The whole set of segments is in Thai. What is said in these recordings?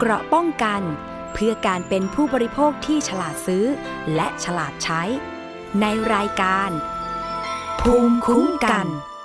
เกราะป้องกันเพื่อการเป็นผู้บริโภคที่ฉลาดซื้อและฉลาดใช้ในรายการภูมิคุ้มกัน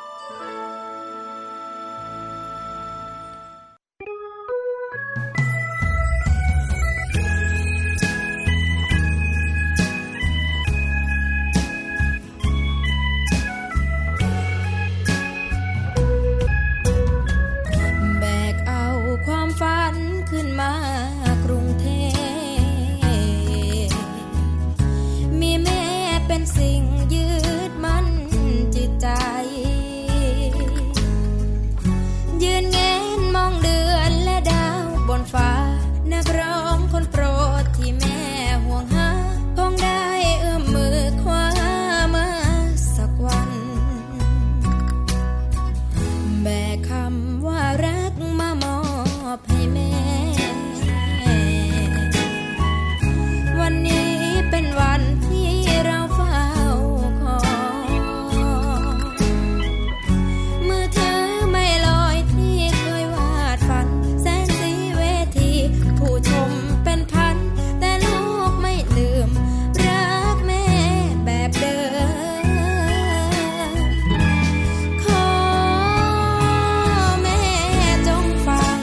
สิ่งยืดมั่นจิตใจยืนแงนมองเดือนและดาวบนฟ้านักร้องคนโปรดที่แม่ห่วงหาคงได้เอื้อมมือคว้ามาสักวันแบกคำว่ารักมามอบให้แม่วันนี้เป็นวันที่เราเฝ้าคอยมือถือไม่ลอยที่เคยวาดฝันแสนสีเวทีผู้ชมเป็นพันแต่ลูกไม่ลืมรักแม่แบบเดิมขอแม่จงฟัง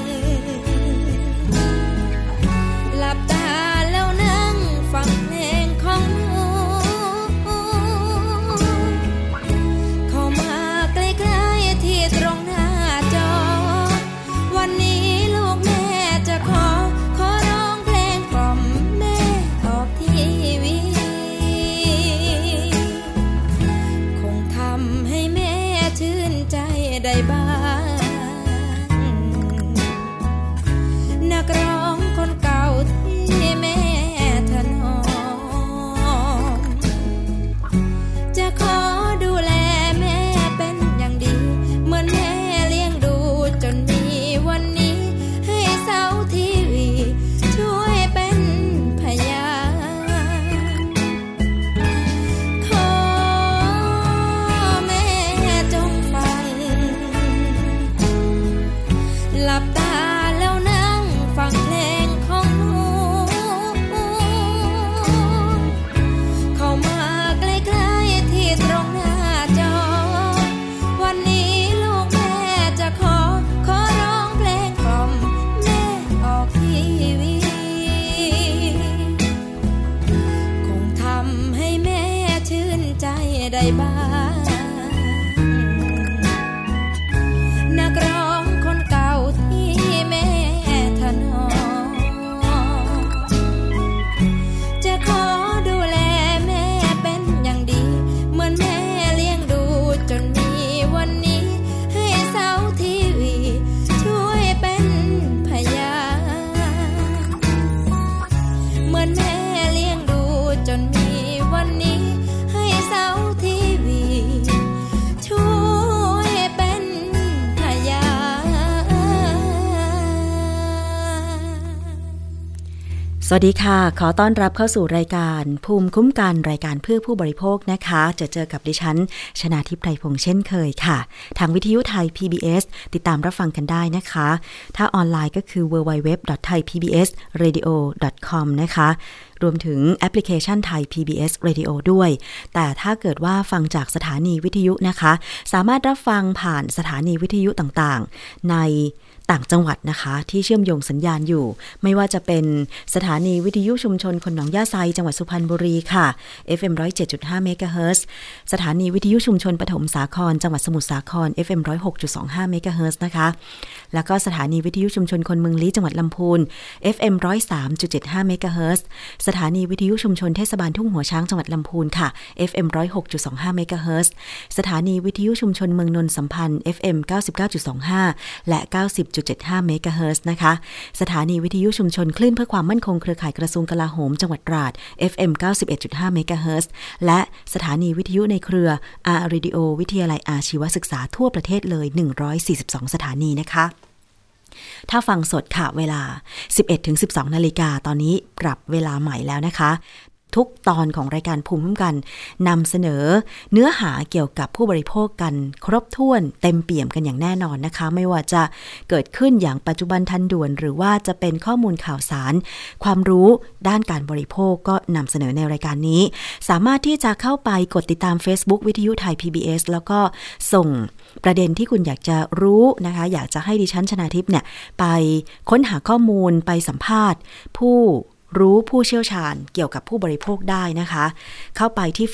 หลับตาแล้วนั่งฟังเพลงของหนูเข้ามาใกล้ๆที่ตรงหน้าจอวันนี้ลูกแม่จะขอร้องเพลงกล่อมแม่ออกทีวีคงทำให้แม่ชื่นใจได้บ้างนักร้องคนเก่าที่แม่ถนอมจะขอดูแลแม่เป็นอย่างดีเหมือนแม่เลี้ยงดูจนมีวันนี้ให้เสาทีวีช่วยเป็นพยานขอแม่จงฟังหลับตาแล้วนั่งฟังเพลงของหนูเข้ามาใกล้ๆที่ตรงหน้าจอวันนี้ลูกแม่จะขอร้องเพลงกล่อมแม่ออกทีวีคงทำให้แม่ชื่นใจได้บ้างนักร้องคนเก่าที่แม่ถนอมจะขอดูแลแม่เป็นอย่างดีเหมือนแม่เลี้ยงดูจนมีวันนี้ให้เสาทีวีช่วยเป็นพยานเหมือนแม่เลี้ยงดูจนมีวันนี้ให้เสาทีวีช่วยเป็นพยานสวัสดีค่ะขอต้อนรับเข้าสู่รายการภูมิคุ้มกันรายการเพื่อผู้บริโภคนะคะเจอกับดิฉันชนาทิพย์ไพรพงษ์เช่นเคยค่ะทางวิทยุไทย PBS ติดตามรับฟังกันได้นะคะถ้าออนไลน์ก็คือ www.thaipbsradio.com นะคะรวมถึงแอปพลิเคชันไทย PBS Radio ด้วยแต่ถ้าเกิดว่าฟังจากสถานีวิทยุนะคะสามารถรับฟังผ่านสถานีวิทยุต่างๆในต่างจังหวัดนะคะที่เชื่อมโยงสัญญาณอยู่ไม่ว่าจะเป็นสถานีวิทยุชุมชนคนหนองย่าไซจังหวัดสุพรรณบุรีค่ะ FM 107.5 เมกะเฮิรตซ์สถานีวิทยุชุมชนปฐมสาครจังหวัดสมุทรสาคร FM 106.25 เมกะเฮิรตซ์นะคะแล้วก็สถานีวิทยุชุมชนคนเมืองลี้จังหวัดลำพูน FM 103.75 เมกะเฮิรตซ์สถานีวิทยุชุมชนเทศบาลทุ่งหัวช้างจังหวัดลำพูนค่ะ FM 106.25 เมกะเฮิรตซ์สถานีวิทยุชุมชนเมืองนนท์สัมพันธ์ FM 99.25 และ 90.75 เมกะเฮิรตซ์นะคะสถานีวิทยุชุมชนคลื่นเพื่อความมั่นคงเครือข่ายกระทรวงกลาโหมจังหวัดตราด FM 91.5 เมกะเฮิรตซ์และสถานีวิทยุในเครือ Radio วิทยาลัยอาชีวศึกษาทั่วประเทศเลย142สถานีนะคะถ้าฟังสดค่ะเวลา 11-12 นาฬิกาตอนนี้ปรับเวลาใหม่แล้วนะคะทุกตอนของรายการภูมิคุ้มกันนำเสนอเนื้อหาเกี่ยวกับผู้บริโภคกันครบถ้วนเต็มเปี่ยมกันอย่างแน่นอนนะคะไม่ว่าจะเกิดขึ้นอย่างปัจจุบันทันด่วนหรือว่าจะเป็นข้อมูลข่าวสารความรู้ด้านการบริโภคก็นำเสนอในรายการนี้สามารถที่จะเข้าไปกดติดตาม Facebook วิทยุไทย PBS แล้วก็ส่งประเด็นที่คุณอยากจะรู้นะคะอยากจะให้ดิฉันชนาทิพย์เนี่ยไปค้นหาข้อมูลไปสัมภาษณ์ผู้รู้ผู้เชี่ยวชาญเกี่ยวกับผู้บริโภคได้นะคะเข้าไปที่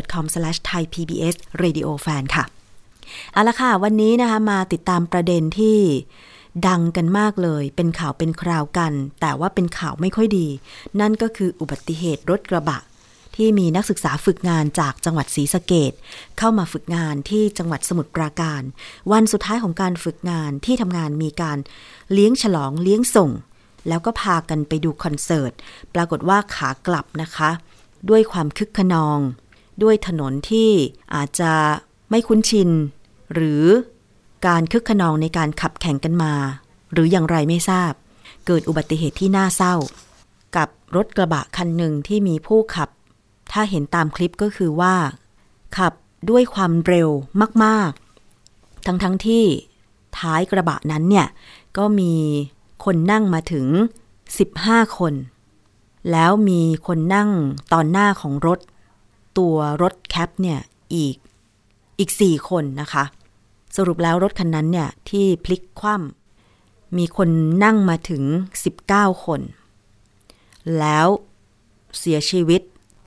facebook.com/thaipbsradiofan ค่ะเอาละค่ะวันนี้นะคะมาติดตามประเด็นที่ดังกันมากเลยเป็นข่าวเป็นคราวกันแต่ว่าเป็นข่าวไม่ค่อยดีนั่นก็คืออุบัติเหตุรถกระบะที่มีนักศึกษาฝึกงานจากจังหวัดศรีสะเกษเข้ามาฝึกงานที่จังหวัดสมุทรปราการวันสุดท้ายของการฝึกงานที่ทำงานมีการเลี้ยงฉลองเลี้ยงส่งแล้วก็พากันไปดูคอนเสิร์ตปรากฏว่าขากลับนะคะด้วยความคึกคะนองด้วยถนนที่อาจจะไม่คุ้นชินหรือการคึกคะนองในการขับแข่งกันมาหรืออย่างไรไม่ทราบเกิดอุบัติเหตุที่น่าเศร้ากับรถกระบะคันหนึ่งที่มีผู้ขับถ้าเห็นตามคลิปก็คือว่าขับด้วยความเร็วมากๆทั้งที่ท้ายกระบะนั้นเนี่ยก็มีคนนั่งมาถึง15คนแล้วมีคนนั่งตอนหน้าของรถตัวรถแคปเนี่ยอีก4คนนะคะสรุปแล้วรถคันนั้นเนี่ยที่พลิกคว่ำมีคนนั่งมาถึง19คนแล้วเสียชีวิต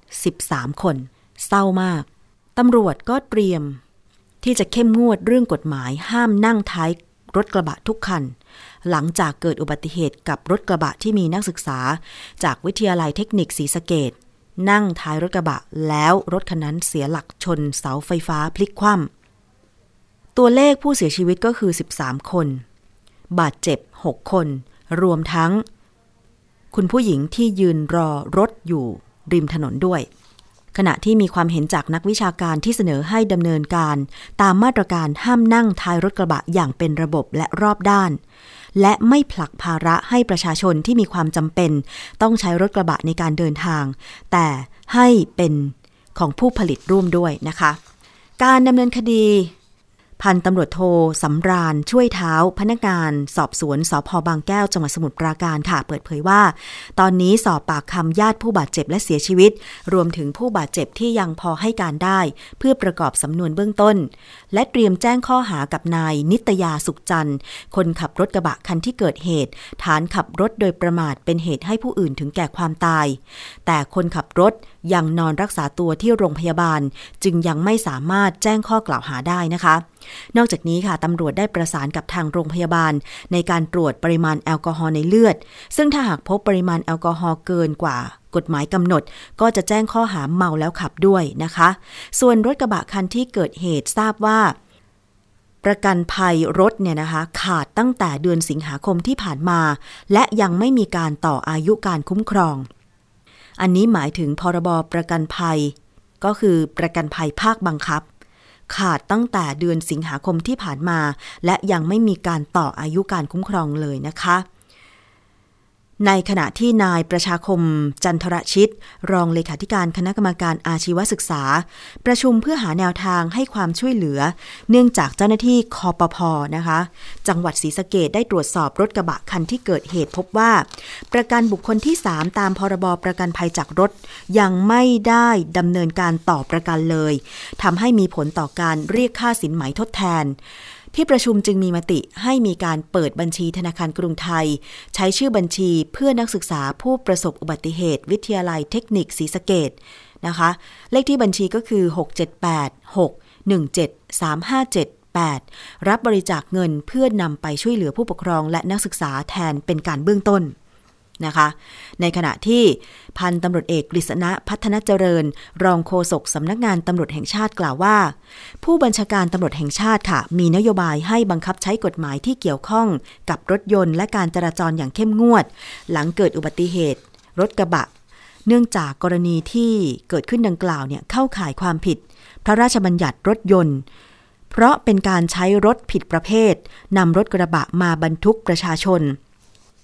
13คนเศร้ามากตำรวจก็เตรียมที่จะเข้มงวดเรื่องกฎหมายห้ามนั่งท้ายรถกระบะทุกคันหลังจากเกิดอุบัติเหตุกับรถกระบะที่มีนักศึกษาจากวิทยาลัยเทคนิคศรีสะเกษนั่งท้ายรถกระบะแล้วรถคันนั้นเสียหลักชนเสาไฟฟ้าพลิกคว่ำตัวเลขผู้เสียชีวิตก็คือ13คนบาดเจ็บ6คนรวมทั้งคุณผู้หญิงที่ยืนรอรถอยู่ริมถนนด้วยขณะที่มีความเห็นจากนักวิชาการที่เสนอให้ดำเนินการตามมาตรการห้ามนั่งท้ายรถกระบะอย่างเป็นระบบและรอบด้านและไม่ผลักภาระให้ประชาชนที่มีความจำเป็นต้องใช้รถกระบะในการเดินทางแต่ให้เป็นของผู้ผลิตร่วมด้วยนะคะการดำเนินคดีพันตำรวจโทสำราญช่วยเท้าพนักงานสอบสวนสภ.บางแก้วจังหวัดสมุทรปราการค่ะเปิดเผยว่าตอนนี้สอบปากคำญาติผู้บาดเจ็บและเสียชีวิตรวมถึงผู้บาดเจ็บที่ยังพอให้การได้เพื่อประกอบสำนวนเบื้องต้นและเตรียมแจ้งข้อหากับนายนิตยาสุขจันทร์คนขับรถกระบะคันที่เกิดเหตุฐานขับรถโดยประมาทเป็นเหตุให้ผู้อื่นถึงแก่ความตายแต่คนขับรถยังนอนรักษาตัวที่โรงพยาบาลจึงยังไม่สามารถแจ้งข้อกล่าวหาได้นะคะนอกจากนี้ค่ะตำรวจได้ประสานกับทางโรงพยาบาลในการตรวจปริมาณแอลกอฮอล์ในเลือดซึ่งถ้าหากพบปริมาณแอลกอฮอล์เกินกว่ากฎหมายกำหนดก็จะแจ้งข้อหาเมาแล้วขับด้วยนะคะส่วนรถกระบะคันที่เกิดเหตุทราบว่าประกันภัยรถเนี่ยนะคะขาดตั้งแต่เดือนสิงหาคมที่ผ่านมาและยังไม่มีการต่ออายุการคุ้มครองอันนี้หมายถึงพรบประกันภัยก็คือประกันภัยภาคบังคับขาดตั้งแต่เดือนสิงหาคมที่ผ่านมาและยังไม่มีการต่ออายุการคุ้มครองเลยนะคะในขณะที่นายประชาคมจันทรชิตรองเลขาธิการคณะกรรมการอาชีวศึกษาประชุมเพื่อหาแนวทางให้ความช่วยเหลือเนื่องจากเจ้าหน้าที่คปภ.นะคะจังหวัดศรีสะเกษได้ตรวจสอบรถกระบะคันที่เกิดเหตุพบว่าประกันบุคคลที่3ตามพรบประกันภัยจากรถยังไม่ได้ดำเนินการต่อประกันเลยทำให้มีผลต่อการเรียกค่าสินไหมทดแทนที่ประชุมจึงมีมติให้มีการเปิดบัญชีธนาคารกรุงไทยใช้ชื่อบัญชีเพื่อนักศึกษาผู้ประสบอุบัติเหตุวิทยาลัยเทคนิคศรีสะเกษนะคะเลขที่บัญชีก็คือ678617357รับบริจาคเงินเพื่อนำไปช่วยเหลือผู้ปกครองและนักศึกษาแทนเป็นการเบื้องต้นนะคะในขณะที่พันตำรวจเอกกฤษณะพัฒนเจริญรองโฆษกสำนักงานตำรวจแห่งชาติกล่าวว่าผู้บัญชาการตำรวจแห่งชาติค่ะมีนโยบายให้บังคับใช้กฎหมายที่เกี่ยวข้องกับรถยนต์และการจราจรอย่างเข้มงวดหลังเกิดอุบัติเหตุรถกระบะเนื่องจากกรณีที่เกิดขึ้นดังกล่าวเนี่ยเข้าข่ายความผิดพระราชบัญญัติรถยนต์เพราะเป็นการใช้รถผิดประเภทนำรถกระบะมาบรรทุกประชาชน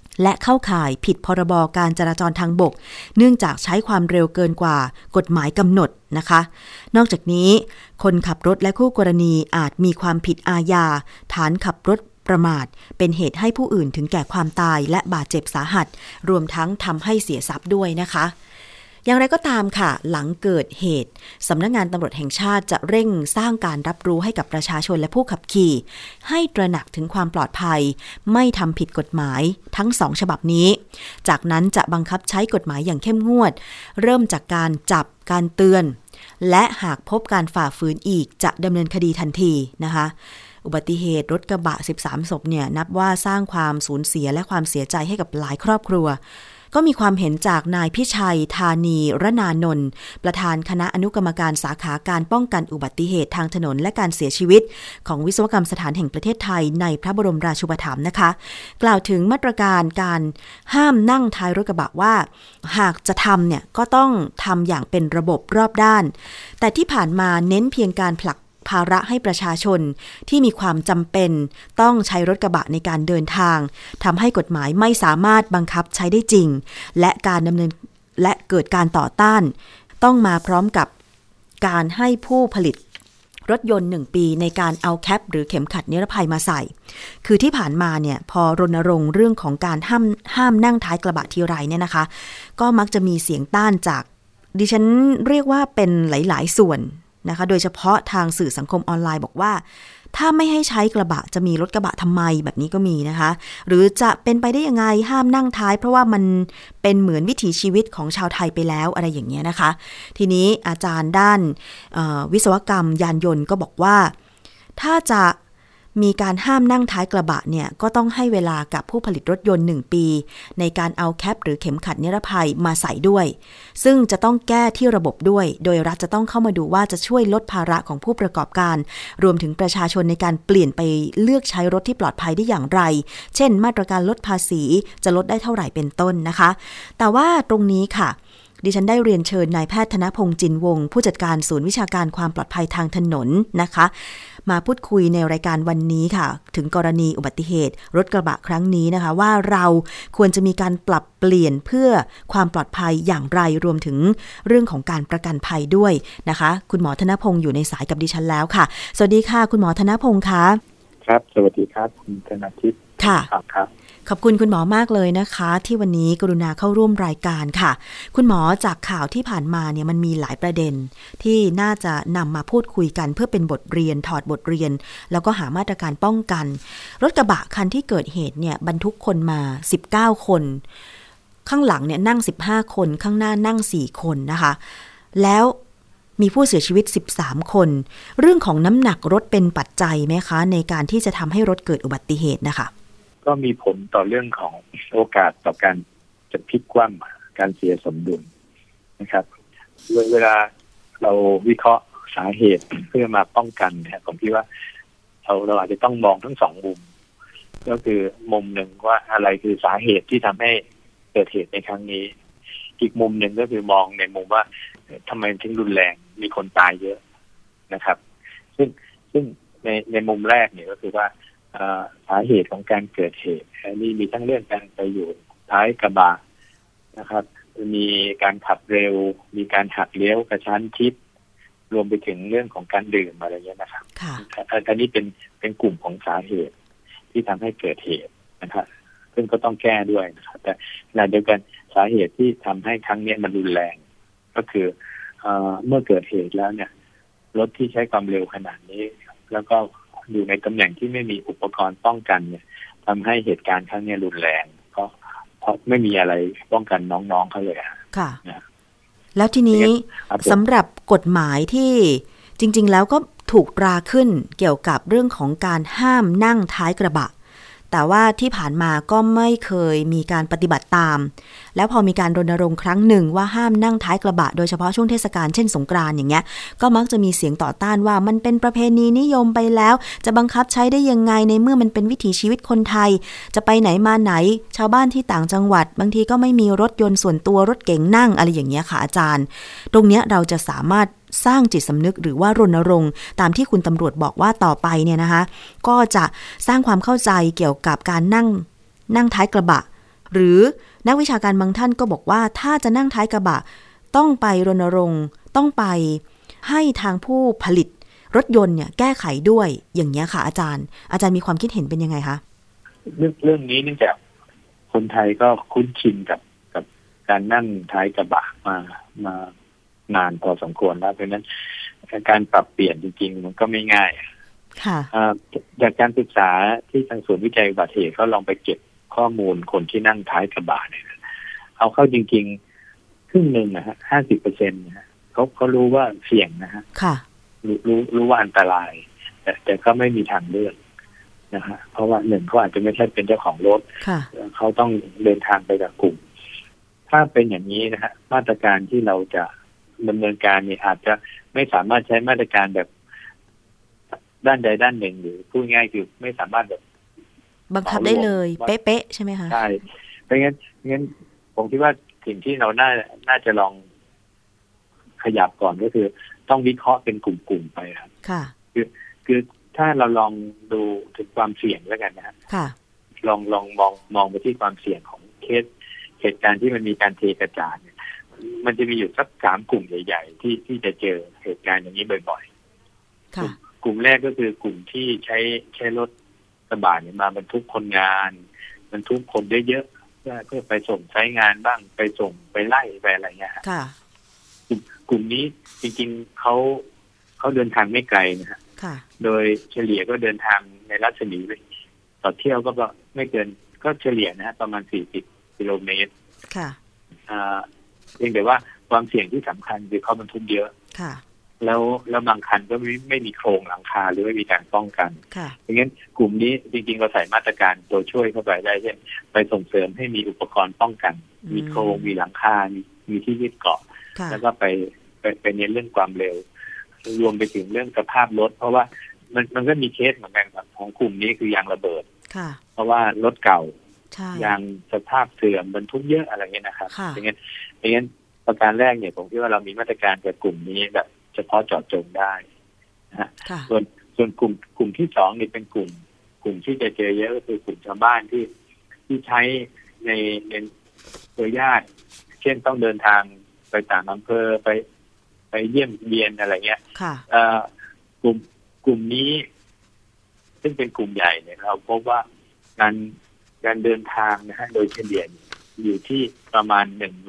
และเข้าข่ายผิดพรบการจราจรทางบกเนื่องจากใช้ความเร็วเกินกว่ากฎหมายกำหนดนะคะนอกจากนี้คนขับรถและคู่กรณีอาจมีความผิดอาญาฐานขับรถประมาทเป็นเหตุให้ผู้อื่นถึงแก่ความตายและบาดเจ็บสาหัสรวมทั้งทำให้เสียทรัพย์ด้วยนะคะอย่างไรก็ตามค่ะหลังเกิดเหตุสำนักงานตำรวจแห่งชาติจะเร่งสร้างการรับรู้ให้กับประชาชนและผู้ขับขี่ให้ตระหนักถึงความปลอดภัยไม่ทำผิดกฎหมายทั้ง2ฉบับนี้จากนั้นจะบังคับใช้กฎหมายอย่างเข้มงวดเริ่มจากการจับการเตือนและหากพบการฝ่าฝืนอีกจะดำเนินคดีทันทีนะคะอุบัติเหตุรถกระบะ13ศพเนี่ยนับว่าสร้างความสูญเสียและความเสียใจให้กับหลายครอบครัวก็มีความเห็นจากนายพิชัยธานีรนานนท์ประธานคณะอนุกรรมการสาขาการป้องกันอุบัติเหตุทางถนนและการเสียชีวิตของวิศวกรรมสถานแห่งประเทศไทยในพระบรมราชูปถัมภ์นะคะกล่าวถึงมาตรการการห้ามนั่งท้ายรถกระบะว่าหากจะทำเนี่ยก็ต้องทำอย่างเป็นระบบรอบด้านแต่ที่ผ่านมาเน้นเพียงการผลักภาระให้ประชาชนที่มีความจำเป็นต้องใช้รถกระบะในการเดินทางทำให้กฎหมายไม่สามารถบังคับใช้ได้จริงและการดำเนินและเกิดการต่อต้านต้องมาพร้อมกับการให้ผู้ผลิตรถยนต์1ปีในการเอาแคปหรือเข็มขัดนิรภัยมาใส่คือที่ผ่านมาเนี่ยพอรณรงค์เรื่องของการห้ามนั่งท้ายกระบะทีไรเนี่ยนะคะก็มักจะมีเสียงต้านจากดิฉันเรียกว่าเป็นหลายๆส่วนนะคะโดยเฉพาะทางสื่อสังคมออนไลน์บอกว่าถ้าไม่ให้ใช้กระบะจะมีรถกระบะทำไมแบบนี้ก็มีนะคะหรือจะเป็นไปได้ยังไงห้ามนั่งท้ายเพราะว่ามันเป็นเหมือนวิถีชีวิตของชาวไทยไปแล้วอะไรอย่างเงี้ยนะคะทีนี้อาจารย์ด้านวิศวกรรมยานยนต์ก็บอกว่าถ้าจะมีการห้ามนั่งท้ายกระบะเนี่ยก็ต้องให้เวลากับผู้ผลิตรถยนต์1ปีในการเอาแคปหรือเข็มขัดนิรภัยมาใส่ด้วยซึ่งจะต้องแก้ที่ระบบด้วยโดยรัฐจะต้องเข้ามาดูว่าจะช่วยลดภาระของผู้ประกอบการรวมถึงประชาชนในการเปลี่ยนไปเลือกใช้รถที่ปลอดภัยได้อย่างไรเช่นมาตรการลดภาษีจะลดได้เท่าไหร่เป็นต้นนะคะแต่ว่าตรงนี้ค่ะดิฉันได้เรียนเชิญนายแพทย์ธนพงษ์จินวงศ์ผู้จัดการศูนย์วิชาการความปลอดภัยทางถนนนะคะมาพูดคุยในรายการวันนี้ค่ะถึงกรณีอุบัติเหตุรถกระบะครั้งนี้นะคะว่าเราควรจะมีการปรับเปลี่ยนเพื่อความปลอดภัยอย่างไรรวมถึงเรื่องของการประกันภัยด้วยนะคะคุณหมอธนพงษ์อยู่ในสายกับดิฉันแล้วค่ะสวัสดีค่ะคุณหมอธนพงษ์คะครับสวัสดีครับคุณธนทิพย์ค่ะครับขอบคุณคุณหมอมากเลยนะคะที่วันนี้กรุณาเข้าร่วมรายการค่ะคุณหมอจากข่าวที่ผ่านมาเนี่ยมันมีหลายประเด็นที่น่าจะนำมาพูดคุยกันเพื่อเป็นบทเรียนถอดบทเรียนแล้วก็หามาตรการป้องกันรถกระบะคันที่เกิดเหตุเนี่ยบรรทุกคนมา19คนข้างหลังเนี่ยนั่ง15คนข้างหน้านั่ง4คนนะคะแล้วมีผู้เสียชีวิต13คนเรื่องของน้ำหนักรถเป็นปัจจัยไหมคะในการที่จะทำให้รถเกิดอุบัติเหตุนะคะก็มีผลต่อเรื่องของโอกาสต่อการจะพลิกคว่ำการเสียสมดุลนะครับเวลาเราวิเคราะห์สาเหตุเพื่อมาป้องกันเนี่ยผมคิดว่าเราอาจจะต้องมองทั้งสองมุมก็คือมุมหนึ่งว่าอะไรคือสาเหตุที่ทำให้เกิดเหตุในครั้งนี้อีกมุมหนึ่งก็คือมองในมุมว่าทำไมถึงรุนแรงมีคนตายเยอะนะครับซึ่งในมุมแรกเนี่ยก็คือว่าสาเหตุของการเกิดเหตุนี่มีทั้งเรื่องการไปอยู่ท้ายกระบะนะครับมีการขับเร็วมีการหักเลี้ยวกระชั้นชิดรวมไปถึงเรื่องของการดื่มอะไรเงี้ยนะครับอันนี้เป็นกลุ่มของสาเหตุที่ทำให้เกิดเหตุนะครับซึ่งก็ต้องแก้ด้วยนะครับแต่ขณะเดียวกันสาเหตุที่ทำให้ครั้งนี้มันรุนแรงก็คือเมื่อเกิดเหตุแล้วเนี่ยรถที่ใช้ความเร็วขนาดนี้แล้วก็อยู่ในตำแหน่งที่ไม่มีอุปกรณ์ป้องกันเนี่ยทำให้เหตุการณ์ครั้งนี้รุนแรงเพราะไม่มีอะไรป้องกันน้องๆเขาเลยค่ะแล้วทีนี้สำหรับกฎหมายที่จริงๆแล้วก็ถูกตราขึ้นเกี่ยวกับเรื่องของการห้ามนั่งท้ายกระบะแต่ว่าที่ผ่านมาก็ไม่เคยมีการปฏิบัติตามแล้วพอมีการรณรงค์ครั้งหนึ่งว่าห้ามนั่งท้ายกระบะโดยเฉพาะช่วงเทศกาลเช่นสงกรานต์อย่างเงี้ยก็มักจะมีเสียงต่อต้านว่ามันเป็นประเพณีนิยมไปแล้วจะบังคับใช้ได้ยังไงในเมื่อมันเป็นวิถีชีวิตคนไทยจะไปไหนมาไหนชาวบ้านที่ต่างจังหวัดบางทีก็ไม่มีรถยนต์ส่วนตัวรถเก๋งนั่งอะไรอย่างเงี้ยค่ะอาจารย์ตรงเนี้ยเราจะสามารถสร้างจิตสำนึกหรือว่ารณรงค์ตามที่คุณตำรวจบอกว่าต่อไปเนี่ยนะคะก็จะสร้างความเข้าใจเกี่ยวกับการนั่งท้ายกระบะหรือนักวิชาการบางท่านก็บอกว่าถ้าจะนั่งท้ายกระบะต้องไปรณรงค์ต้องไปให้ทางผู้ผลิตรถยนต์เนี่ยแก้ไขด้วยอย่างนี้ค่ะอาจารย์มีความคิดเห็นเป็นยังไงคะเรื่องนี้เนื่องจากคนไทยก็คุ้นชินกับการนั่งท้ายกระบะมานานพอสมควรแล้วเพราะฉะนั้นการปรับเปลี่ยนจริงๆมันก็ไม่ง่ายจากการศึกษาที่ทางศูนย์วิจัยอุบัติเหตุเขาลองไปเก็บข้อมูลคนที่นั่งท้ายกระบะเนี่ยเอาเข้าจริงๆครึ่งหนึ่งนะฮะ 50% นะฮะเขารู้ว่าเสี่ยงนะฮะรู้ว่าอันตรายแต่ก็ไม่มีทางเลือกนะฮะเพราะว่าหนึ่งเขาอาจจะไม่ใช่เป็นเจ้าของรถเขาต้องเดินทางไปกับกลุ่มถ้าเป็นอย่างนี้นะฮะมาตรการที่เราจะดำเนินการเนี่ยอาจจะไม่สามารถใช้มาตรการแบบด้านใดด้านหนึ่งหรือพูดง่ายคือไม่สามารถแบบบังคับได้เลยเป๊ะๆใช่ไหมคะใช่เพราะงั้นผมคิดว่าสิ่งที่เราน่าจะลองขยับก่อนก็คือต้องวิเคราะห์เป็นกลุ่มๆไปครับค่ะคือถ้าเราลองดูถึงความเสี่ยงแล้วกันนะครับค่ะลองมองไปที่ความเสี่ยงของเคสเหตุการณ์ที่มันมีการเทกระจาดเนี่ยมันจะมีอยู่สัก3 กลุ่มใหญ่ๆที่จะเจอเหตุการณ์อย่างนี้บ่อยๆค่ะกลุ่มแรกก็คือกลุ่มที่ใช้รถกระบะเนี่ยมาบรรทุกคนงานบรรทุกคนเยอะๆเพื่อไปส่งใช้งานบ้างไปส่งไปไล่ไปอะไรเงี้ยค่ะกลุ่มนี้จริงๆเขาเดินทางไม่ไกลนะฮะโดยเฉลี่ยก็เดินทางในรัศมีต่อเที่ยวก็ไม่เกินก็เฉลี่ยนะฮะประมาณ40 กิโลเมตรค่ะเพียงแต่ว่าความเสี่ยงที่สำคัญคือเขาบรรทุกเยอะค่ะแล้วบางคันก็ไม่มีโครงหลังคาหรือไม่มีการป้องกันดังนั้นกลุ่มนี้จริงๆเราใส่มาตรการตัวช่วยเข้าไปได้เช่นไปส่งเสริมให้มีอุปกรณ์ป้องกันมีโครงมีหลังคามีที่ยึดเกาะแล้วก็ไปเน้นเรื่องความเร็วรวมไปถึงเรื่องสภาพรถเพราะว่ามันก็มีเคสเหมือนกันของกลุ่มนี้คือยางระเบิดเพราะว่ารถเก่ายางสภาพเสื่อมบรรทุกเยอะอะไรเงี้ยนะครับดังนั้นประการแรกเนี่ยผมคิดว่าเรามีมาตรการกับกลุ่มนี้แบบเฉพาะเจาะจงได้นะส่วนกลุ่มที่2นี่เป็นกลุ่มที่จะเจอเยอะก็คือกลุ่มชาวบ้านที่ใช้ในเครือญาติเช่นต้องเดินทางไปต่างอำเภอไปเยี่ยมเยียนอะไรเงี้ยกลุ่มนี้ซึ่งเป็นกลุ่มใหญ่เนี่ยเราพบว่าการเดินทางนะฮะโดยเฉลี่ยอยู่ที่ประมาณ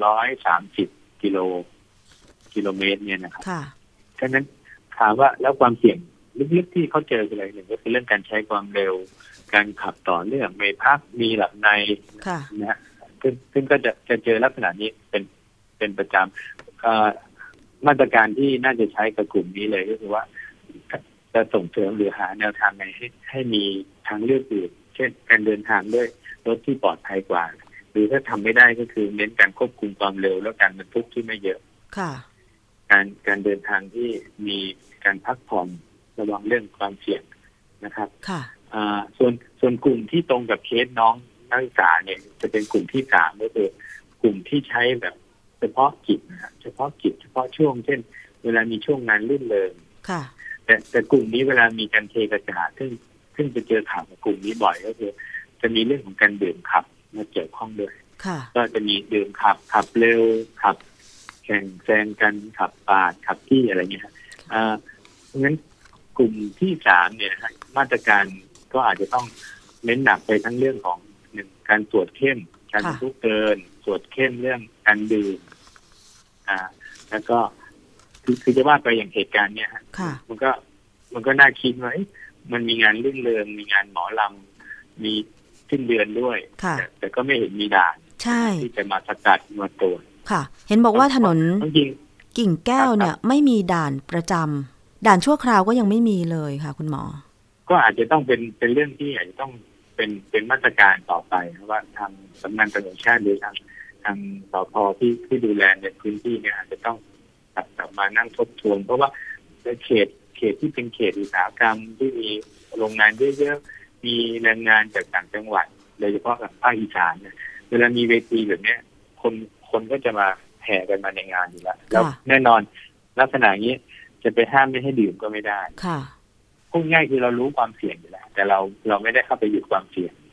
130 กิโลเมตรเนี่ยนะครับฉะนั้นถามว่าแล้วความเสี่ยงลึกๆที่เขาเจออะไรหนึ่งก็คือเรื่องการใช้ความเร็วการขับต่อเนื่องไม่พักมีหลับในนะฮะซึ่งก็จะเจอลักษณะนี้เป็นประจำมาตรการที่น่าจะใช้กับกลุ่มนี้เลยก็คือว่าจะส่งเสริมหรือหาแนวทางไหนให้มีทางเลือกอื่นเช่นการเดินทางด้วยรถที่ปลอดภัยกว่าหรือถ้าทำไม่ได้ก็คือเน้นการควบคุมความเร็วแล้วการบรรทุกที่ไม่เยอะการเดินทางที่มีการพักผ่อนระวังเรื่องความเสี่ยงนะครับส่วนกลุ่มที่ตรงกับเคสน้องนักศึกษาเนี่ยจะเป็นกลุ่มที่3ก็คือกลุ่มที่ใช้แบบเฉพาะกิจนะเฉพาะกิจเฉพาะช่วงเช่นเวลามีช่วงงานรื่นเริงแต่กลุ่มนี้เวลามีการเทกระจาดซึ่งจะเจอข่าวกับกลุ่มนี้บ่อยก็คือจะมีเรื่องของการดื่มขับมาเกี่ยวข้องด้วยก็จะมีดื่มขับเร็วขับแข่งแซงกันขับปาดขับที่อะไรเงี้ยเพราะงั้นกลุ่มที่3เนี่ยมาตรการก็อาจจะต้องเน้นหนักไปทั้งเรื่องของการตรวจเข้มการบรรทุกเกินตรวจเข้มเรื่องการดื่มแล้วก็คือจะว่าไปอย่างเหตุการณ์เนี่ยมันก็น่าคิดว่ามันมีงานรื่นเริงมีงานหมอลำมีสิ้นเดือนด้วยแต่ก็ไม่เห็นมีด่านที่จะมาสกัดมาตรวจค่ะเห็นบอกว่าถนนกิ่งแก้วเนี่ยไม่มีด่านประจำด่านชั่วคราวก็ยังไม่มีเลยค่ะคุณหมอก็อาจจะต้องเป็นเรื่องที่อาจจะต้องเป็นมาตรการต่อไปเพราะว่าทางสำนักงานตำรวจแห่งชาติหรือทางสพที่ดูแลในพื้นที่เนี่ยอาจจะต้องกลับมานั่งทบทวนเพราะว่าเขตที่เป็นเขตอุตสาหกรรมที่มีโรงงานเยอะๆมีแรงงานจากต่างจังหวัดโดยเฉพาะภาคอีสานเนี่ยเวลามีเวทีแบบนี้คนก็จะมาแห่กันมาในงานอยู่แล้วแน่นอนลักษณะนี้จะไปห้ามไม่ให้ดื่มก็ไม่ได้พูดง่ายคือเรารู้ความเสี่ยงอยู่แล้วแต่เราไม่ได้เข้าไปหยุดความเสี่ยง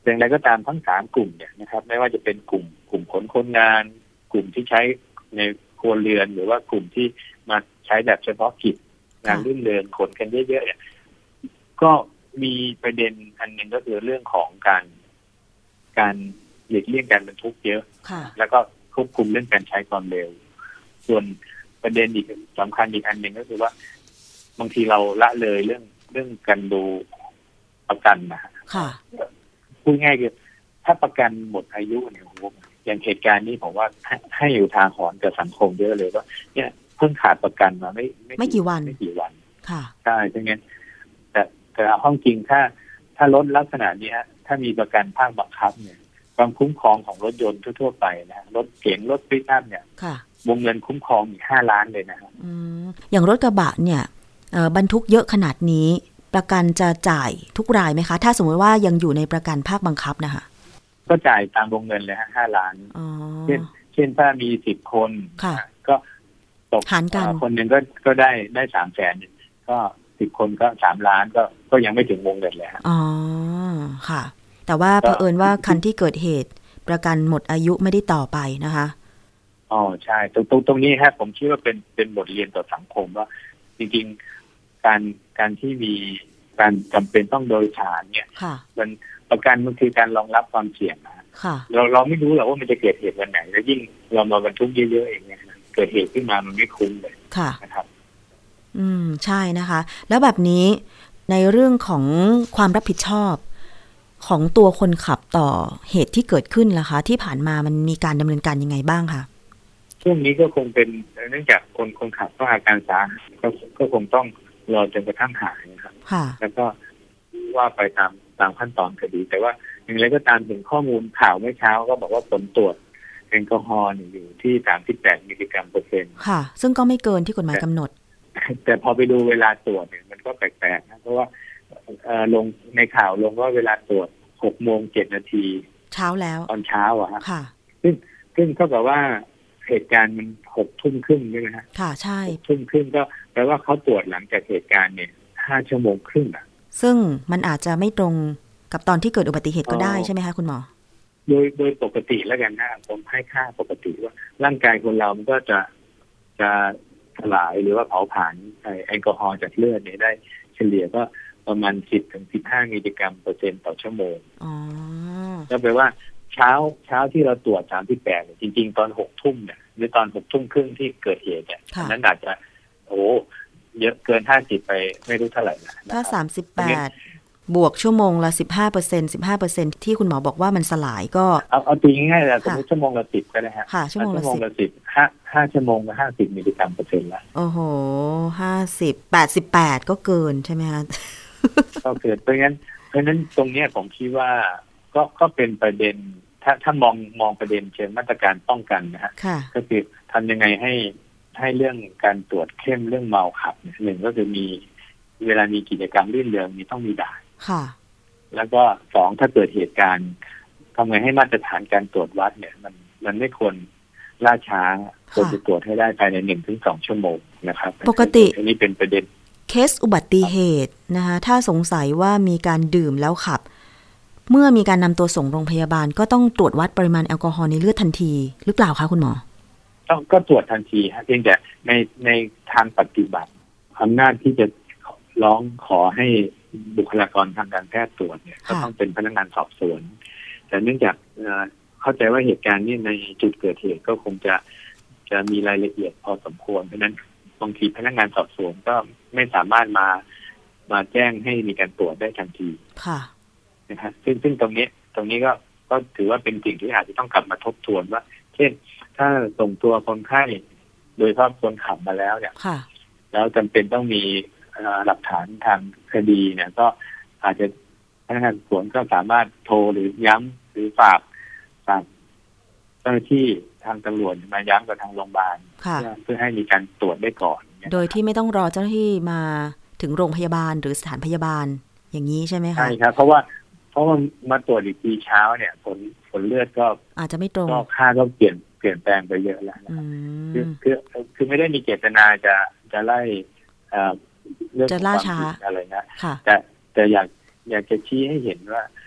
อย่างไรก็ตามทั้ง3กลุ่มเนี่ยนะครับไม่ว่าจะเป็นกลุ่มขนคนงานกลุ่มที่ใช้ในครัวเรือนหรือว่ากลุ่มที่มาใช้แบบเฉพาะกิจงานรื่นเริงขนกันเยอะๆเนี่ยก็มีประเด็นอันหนึ่งก็คือเรื่องของการหลีกเลี่ยงการบรรทุกเยอะแล้วก็ควบคุมเรื่องการใช้ความเร็วส่วนประเด็นอีกสำคัญอีกอันหนึ่งก็คือว่าบางทีเราละเลยเรื่องการดูประกันนะค่ะพูดง่ายคือถ้าประกันหมดอายุเนี่ยอย่างเหตุการณ์นี้ผมว่าให้อยู่ทางหอนกับสังคมเยอะเลยว่าเนี่ยเพิ่งขาดประกันมาไม่กี่วันค่ะใช่ใช่ไหมแต่ห้องจริงถ้ารถลักษณะนี้ถ้ามีประกันภาคบังคับเนี่ยความคุ้มครองของรถยนต์ทั่วๆไปนะรถเก๋งรถปิกอัพเนี่ยวงเงินคุ้มครองอีก5 ล้านเลยนะครับอย่างรถกระบะเนี่ยบรรทุกเยอะขนาดนี้ประกันจะจ่ายทุกรายไหมคะถ้าสมมติว่ายังอยู่ในประกันภาคบังคับนะคะก็จ่ายตามวงเงินเลย5 ล้านเช่นถ้ามี10 คนก็ตกคนหนึ่งก็ได้300,000ก็10 คนก็3 ล้านก็ยังไม่ถึงวงเงินเลยอ๋อค่ะแต่ว่าเผอิญว่าคันที่เกิดเหตุประกันหมดอายุไม่ได้ต่อไปนะคะอ๋อใช่ตรงนี้ผมคิดว่าเป็นบทเรียนต่อสังคมว่าจริงๆการที่มีการจำเป็นต้องโดยสารเนี่ยมันประกันมันคือการรองรับความเสี่ยงนะเราไม่รู้หรอกว่ามันจะเกิดเหตุวันไหนแล้วยิ่งเรามาบรรทุกเยอะๆเองเนี่ยเกิดเหตุขึ้นมามันไม่คุ้มเลยนะครับใช่นะคะแล้วแบบนี้ในเรื่องของความรับผิดชอบของตัวคนขับต่อเหตุที่เกิดขึ้นล่ะคะที่ผ่านมามันมีการดำเนินการยังไงบ้างคะช่วงนี้ก็คงเป็นเนื่องจากคนขับต้องอาการสาหัสก็คงต้องรอจนกระทั่งหายนะครับแล้วก็ว่าไปตามขั้นตอนคดีแต่ว่าอย่างไรก็ตามถึงข้อมูลข่าวเมื่อเช้าก็บอกว่าผลตรวจแอลกอฮอล์อยู่ที่38 มิลลิกรัมเปอร์เซ็นต์ค่ะซึ่งก็ไม่เกินที่กฎหมายกำหนดแต่พอไปดูเวลาตรวจเนี่ยมันก็แปลกๆนะเพราะว่าลงในข่าวลงว่าเวลาตรวจ6:07 นาทีเช้าแล้วตอนเช้าอะค่ะซึ่งเท่ากับว่าเหตุการณ์มัน18:30ใช่ไหมฮะค่ะใช่ 18:30ก็แปลว่าเขาตรวจหลังจากเหตุการณ์เนี่ย5 ชั่วโมงครึ่งอ่ะซึ่งมันอาจจะไม่ตรงกับตอนที่เกิดอุบัติเหตุก็ได้ใช่ไหมคะคุณหมอโดยปกติแล้วกันนะผมให้ค่าปกติว่าร่างกายคนเรามันก็จะสลายหรือว่าเผาผลาญแอลกอฮอล์จากเลือดเนี่ยได้เฉลี่ยก็ประมาณ10-15 มิลลิกรัมเปอร์เซ็นต์ต่อชั่วโมงก็แปลว่าเช้าที่เราตรวจ38เนี่ยจริงๆตอน18:00เนี่ยหรือตอน18:30ที่เกิดเหตุเนี่ยนั้นอาจจะเยอะเกิน50ไปไม่รู้เท่าไหร่นะถ้า38บวกชั่วโมงละ 15% ที่คุณหมอบอกว่ามันสลายก็เอาตีง่ายๆเลยสมมติชั่วโมงละ10ก็ได้ฮะชั่วโมงละ 10 5ชั่วโมงละ50 มิลลิกรัมเปอร์เซ็นต์ละโอ้โห50 88ก็เกินใช่ไหมคะก็เกินเพราะฉะนั้นตรงนี้ผมคิดว่าก็เป็นประเด็นถ้ามองประเด็นเชิงมาตรการป้องกันนะฮะก็คือทำยังไงให้เรื่องการตรวจเข้มเรื่องเมาขับหนึ่งก็คือมีเวลามีกิจกรรมรื่นเริงมีต้องมีด่านแล้วก็2ถ้าเกิดเหตุการณ์ทำไงให้มาตรฐานการตรวจวัดเนี่ยมันไม่ควรล่าช้าควรจะตรวจให้ได้ภายใน 1-2 ชั่วโมงนะครับปกติอันนี้เป็นประเด็นเคสอุบัติเหตุนะคะถ้าสงสัยว่ามีการดื่มแล้วขับเมื่อมีการนำตัวส่งโรงพยาบาลก็ต้องตรวจวัดปริมาณแอลกอฮอล์ในเลือดทันทีหรือเปล่าคะคุณหมอก็ตรวจทันทีฮะเพียงแต่ในทางปฏิบัติอำนาจที่จะร้องขอให้บุคลากรทางการแพทย์ตรวจเนี่ยก็ต้องเป็นพนักงานสอบสวนแต่เนื่องจากเข้าใจว่าเหตุการณ์นี้ในจุดเกิดเหตุก็คงจะมีรายละเอียดพอสมควรเพราะนั้นบางทีพนักงานสอบสวนก็ไม่สามารถมาแจ้งให้มีการตรวจได้ทันทีนะครับซึ่งตรงนี้ก็ถือว่าเป็นสิ่งที่อาจจะต้องกลับมาทบทวนว่าเช่นถ้าส่งตัวคนไข้โดยเฉพาะคนขับมาแล้วเนี่ยแล้วจำเป็นต้องมีหลักฐานทางคดีเนี่ยก็อาจจะพนักงานสอบสวนก็สามารถโทรหรือย้ำหรือฝากเจ้าหน้าที่ทางตำรวจมาย้ำกับทางโรงพยาบาลเพื่อให้มีการตรวจได้ก่อนโดยที่ไม่ต้องรอเจ้าหน้าที่มาถึงโรงพยาบาลหรือสถานพยาบาลอย่างนี้ใช่ไหมคะใช่ครับเพราะว่ามาตรวจอีกทีเช้าเนี่ยผลเลือดก็อาจจะไม่ตรงก็ค่าก็เปลี่ยนแปลงไปเยอะแล้วคือไม่ได้มีเจตนาจะไล่เรื่องจะล่าช้าอะไรนะแต่อยากจะชี้ให้เห็นว่า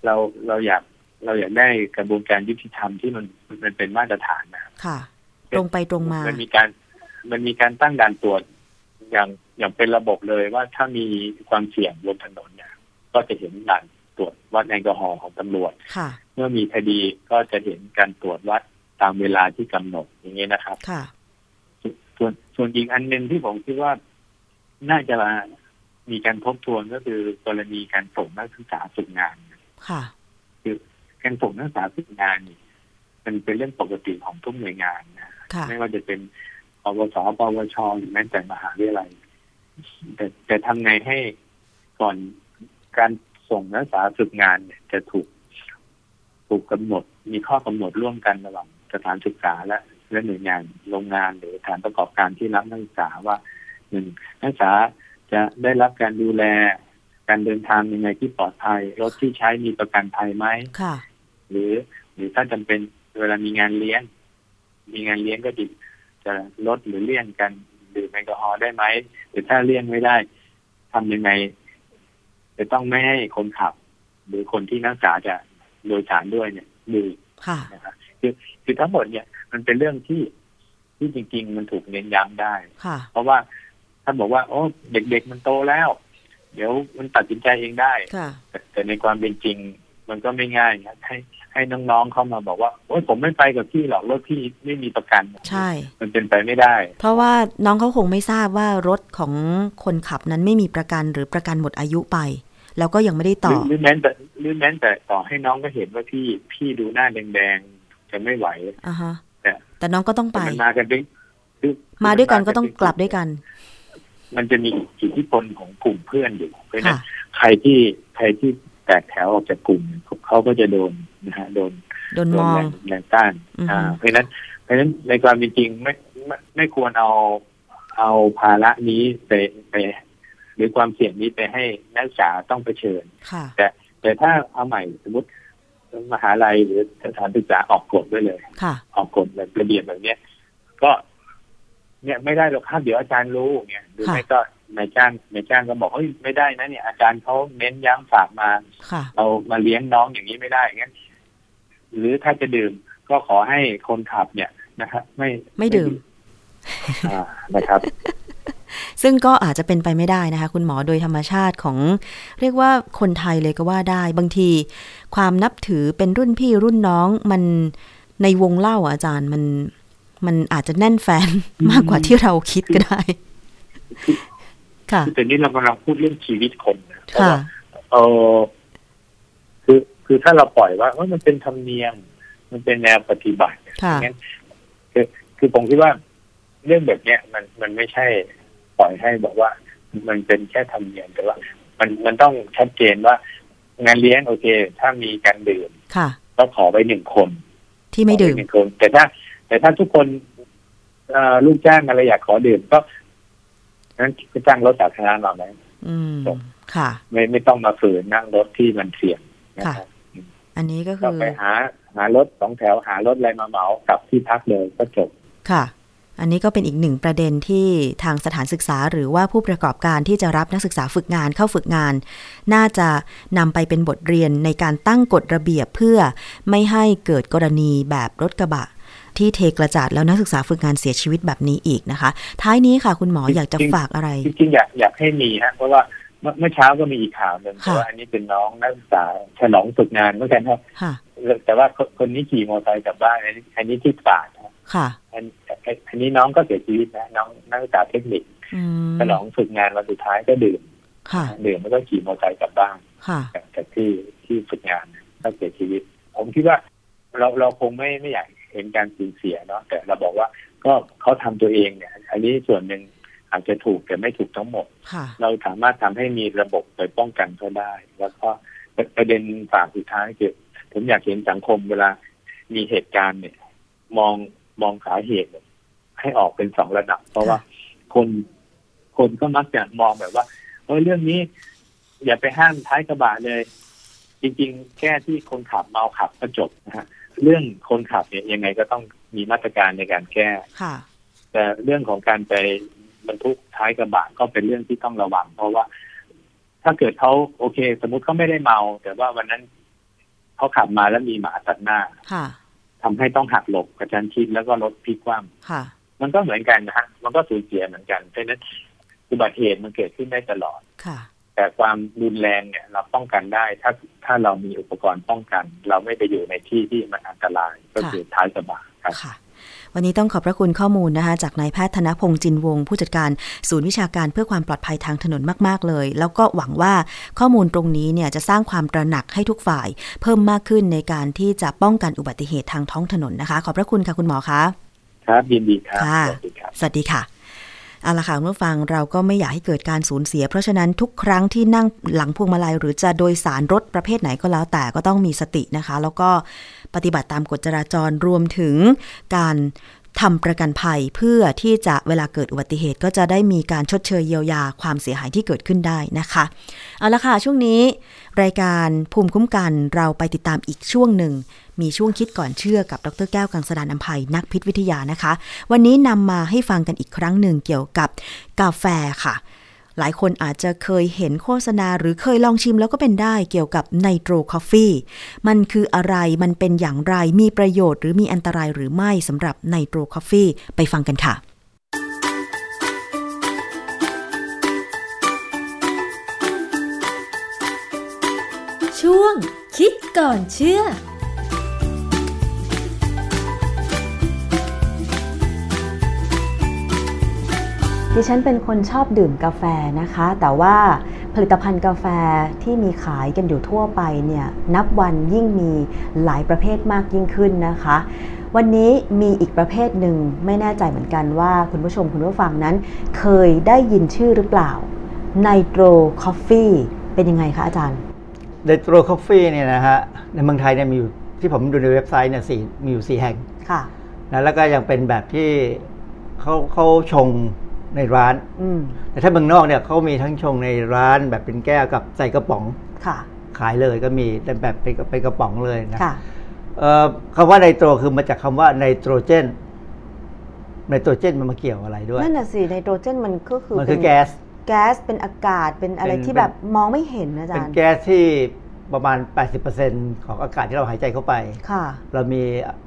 เราอยากได้กระบวนการยุติธรรมที่มันเป็นมาตรฐานนะค่ะตรงไปตรงมามันมีการตั้งด่านตรวจอย่างเป็นระบบเลยว่าถ้ามีความเสี่ยงบนถนนเนี่ยก็จะเห็นด่านตรวจวัดแอลกอฮอล์ของตำรวจเมื่อมีคดีก็จะเห็นการตรวจวัดตามเวลาที่กำหนดอย่างนี้นะครับส่วนอีกอันนึงที่ผมคิดว่าน่าจะมีการทบทวนก็คือกรณีการส่งนักศึกษาฝึกงานคือการส่งนักศึกษาฝึกงานนี่มันเป็นเรื่องปกติของทุกหน่วยงานนะไม่ว่าจะเป็นปวสปวชหรือแม้แต่มหาวิทยาลัยแต่ทำไงให้ก่อนการส่งนักศึกษาฝึกงานเนี่ยจะถูกกำหนดมีข้อกำหนดร่วมกันระหว่างสถานศึกษาและหน่วยงานโรงงานหรือสถานประกอบการที่รับนักศึกษาว่านักศึกษาจะได้รับการดูแลการเดินทางยังไงที่ปลอดภัยรถที่ใช้มีประกันภัยไหมหรือถ้าจำเป็นเวลามีงานเลี้ยงก็จะลดหรือเลี่ยงกันดื่มแอลกอฮอล์ได้ไหมหรือถ้าเลี่ยงไม่ได้ทำยังไงจะต้องไม่ให้คนขับหรือคนที่นักศึกษาจะโดยสารด้วยเนี่ยดื่มนะครับคือทั้งหมดเนี่ยมันเป็นเรื่องที่จริงๆมันถูกเน้นย้ำได้เพราะว่าท่านบอกว่าโอ้เด็กๆมันโตแล้วเดี๋ยวมันตัดสินใจเองได้แต่ในความเป็นจริงมันก็ไม่ง่ายนะให้น้องๆเข้ามาบอกว่าโอ้ยผมไม่ไปกับพี่หรอกรถพี่ไม่มีประกันใช่มันเป็นไปไม่ได้เพราะว่าน้องเขาคงไม่ทราบว่ารถของคนขับนั้นไม่มีประกันหรือประกันหมดอายุไปแล้วก็ยังไม่ได้ต่อหรือแม้แต่ต่อให้น้องก็เห็นว่าพี่ดูหน้าแดงๆจะไม่ไหวแต่น้องก็ต้องไปมากันมาด้วยกันก็ต้องกลับด้วยกันมันจะมีอิทธิพลของกลุ่มเพื่อนอยู่เพราะฉะนั้นใครที่แตกแถวออกจากกลุ่มเขาก็จะโดนนะฮะโดนแรงต้านเพราะฉะนั้นในความเป็นจริงไม่ควรเอาภาระนี้ไปหรือความเสี่ยงนี้ไปให้นักศึกษาต้องเผชิญแต่ถ้าเอาใหม่สมมติมหาลัยหรือสถานศึกษาออกกฎด้วยเลยออกกฎแบบระเบียบแบบนี้ก็เนี่ยไม่ได้หรอกครับเดี๋ยวอาจารย์รู้เนี่ยหรือไม่ก็นายจ้างก็บอกเฮ้ยไม่ได้นะเนี่ยอาจารย์เขาเน้นย้ำฝากมาเรามาเลี้ยงน้องอย่างนี้ไม่ได้งั้นหรือถ้าจะดื่มก็ขอให้คนขับเนี่ยนะครับไม่ดื่มนะครับซึ่งก็อาจจะเป็นไปไม่ได้นะคะคุณหมอโดยธรรมชาติของเรียกว่าคนไทยเลยก็ว่าได้บางทีความนับถือเป็นรุ่นพี่รุ่นน้องมันในวงเล่าอาจารย์มันอาจจะแน่นแฟนมากกว่าที่เราคิดก็ได้ค่ะแต่นี่เรากำลังพูดเรื่องชีวิตคนนะเพราะว่าคือถ้าเราปล่อยว่ามันเป็นธรรมเนียมมันเป็นแนวปฏิบัติงั้นคือผมคิดว่าเรื่องแบบเนี้ยมันไม่ใช่ปล่อยให้บอกว่ามันเป็นแค่ธรรมเนียมแต่ว่ามันต้องชัดเจนว่างานเลี้ยงโอเคถ้ามีการดื่มก็ขอไว้1 คนที่ไม่ดื่ม 1 คนแต่ถ้าทุกคนลูกจ้างอะไรอยากขอดื่มก็งั้นก็จ้างรถสาธารณะเราได้ค่ะไม่ต้องมาฝืนนั่งรถที่มันเสี่ยงนะครับอันนี้ก็คือไปหารถ2 แถวหารถอะไรมาเหมากลับที่พักเลยก็จบค่ะอันนี้ก็เป็นอีกหนึ่งประเด็นที่ทางสถานศึกษาหรือว่าผู้ประกอบการที่จะรับนักศึกษาฝึกงานเข้าฝึกงานน่าจะนำไปเป็นบทเรียนในการตั้งกฎระเบียบเพื่อไม่ให้เกิดกรณีแบบรถกระบะที่เทกระจาดแล้วนักศึกษาฝึกงานเสียชีวิตแบบนี้อีกนะคะท้ายนี้ค่ะคุณหมออยากจะฝากอะไรจริงๆอยากให้มีฮะเพราะว่าเมื่อเช้าก็มีอีกข่าวนึงว่าอันนี้เป็นน้องนักศึกษาฉลองฝึกงานเหมือนกันครับแต่ว่าคนนี้ขี่มอเตอร์ไซค์กลับบ้านอันนี้ที่ตราดค่ะอันนี้น้องก็เสียชีวิตนะน้องนักศึกษาเทคนิคฉลองฝึกงานวันสุดท้ายก็ดื่มแล้วก็ขี่มอเตอร์ไซค์กลับบ้านจากที่ฝึกงานก็เสียชีวิตผมคิดว่าเราคงไม่อยากเห็นการสูญเสียเนาะแต่เราบอกว่าก็เขาทำตัวเองเนี่ยอันนี้ส่วนหนึ่งอาจจะถูกแต่ไม่ถูกทั้งหมดเราสามารถทำให้มีระบบไปป้องกันเขาได้แล้วก็ประเด็นฝากสุดท้ายคือผมอยากเห็นสังคมเวลามีเหตุการณ์เนี่ยมองสาเหตุให้ออกเป็น2 ระดับเพราะว่าคนก็มักจะมองแบบว่าเรื่องนี้อย่าไปห้ามท้ายกระบะเลยจริงๆแค่ที่คนขับเมาขับก็จบนะฮะเรื่องคนขับเนี่ยยังไงก็ต้องมีมาตรการในการแก้แต่เรื่องของการไปบรรทุกท้ายกระบะก็เป็นเรื่องที่ต้องระวังเพราะว่าถ้าเกิดเขาโอเคสมมุติเขาไม่ได้เมาแต่ว่าวันนั้นเขาขับมาแล้วมีหมาตัดหน้าทำให้ต้องหักหลบกระชั้นชิดแล้วก็รถพลิกคว่ำมันก็เหมือนกันนะฮะมันก็สูญเสียเหมือนกันเพราะฉะนั้นอุบัติเหตุมันเกิดขึ้นได้ตลอดแต่ความรุนแรงเนี่ยเราป้องกันได้ถ้าเรามีอุปกรณ์ป้องกันเราไม่ไปอยู่ในที่ที่มันอันตรายก็คือท้ายกระบะครับวันนี้ต้องขอบพระคุณข้อมูลนะคะจากนายแพทย์ธนพงษ์จินวงศ์ผู้จัดการศูนย์วิชาการเพื่อความปลอดภัยทางถนนมากๆเลยแล้วก็หวังว่าข้อมูลตรงนี้เนี่ยจะสร้างความตระหนักให้ทุกฝ่ายเพิ่มมากขึ้นในการที่จะป้องกันอุบัติเหตุทางท้องถนนนะคะขอบพระคุณค่ะคุณหมอคะครับยินดีครับสวัสดีค่ะเอาล่ะค่ะคุณผู้ฟังเราก็ไม่อยากให้เกิดการสูญเสียเพราะฉะนั้นทุกครั้งที่นั่งหลังพวงมาลัยหรือจะโดยสารรถประเภทไหนก็แล้วแต่ก็ต้องมีสตินะคะแล้วก็ปฏิบัติตามกฎจราจรรวมถึงการทำประกันภัยเพื่อที่จะเวลาเกิดอุบัติเหตุก็จะได้มีการชดเชยเยียวยาความเสียหายที่เกิดขึ้นได้นะคะเอาละค่ะช่วงนี้รายการภูมิคุ้มกันเราไปติดตามอีกช่วงหนึ่งมีช่วงคิดก่อนเชื่อกับดร.แก้วกังสดาลอำไพนักพิษวิทยานะคะวันนี้นำมาให้ฟังกันอีกครั้งหนึ่งเกี่ยวกับกาแฟค่ะหลายคนอาจจะเคยเห็นโฆษณาหรือเคยลองชิมแล้วก็เป็นได้เกี่ยวกับไนโตรคอฟฟี่มันคืออะไรมันเป็นอย่างไรมีประโยชน์หรือมีอันตรายหรือไม่สำหรับไนโตรคอฟฟี่ไปฟังกันค่ะช่วงคิดก่อนเชื่อดิฉันเป็นคนชอบดื่มกาแฟนะคะแต่ว่าผลิตภัณฑ์กาแฟที่มีขายกันอยู่ทั่วไปเนี่ยนับวันยิ่งมีหลายประเภทมากยิ่งขึ้นนะคะวันนี้มีอีกประเภทหนึ่งไม่แน่ใจเหมือนกันว่าคุณผู้ชมคุณผู้ฟังนั้นเคยได้ยินชื่อหรือเปล่าไนโตรคอฟฟี่เป็นยังไงคะอาจารย์ไนโตรคอฟฟี่เนี่ยนะฮะในเมืองไทยเนี่ยมีอยู่ที่ผมดูในเว็บไซต์เนี่ยมีอยู่4แห่งค่ะนะแล้วก็ยังเป็นแบบที่เขาชงในร้านแต่ถ้าเมืองนอกเนี่ยเขามีทั้งชงในร้านแบบเป็นแก้วกับใส่กระป๋องขายเลยก็มีแต่แบบเป็นกระป๋องเลยนะคำว่าไนโตรคือมาจากคำว่าไนโตรเจนมันมาเกี่ยวอะไรด้วยนั่นน่ะสิไนโตรเจนมันก็คือแก๊สเป็นอากาศเป็นอะไรที่แบบมองไม่เห็นอาจารย์เป็นแก๊สที่ประมาณ 80% ของอากาศที่เราหายใจเข้าไปเรามี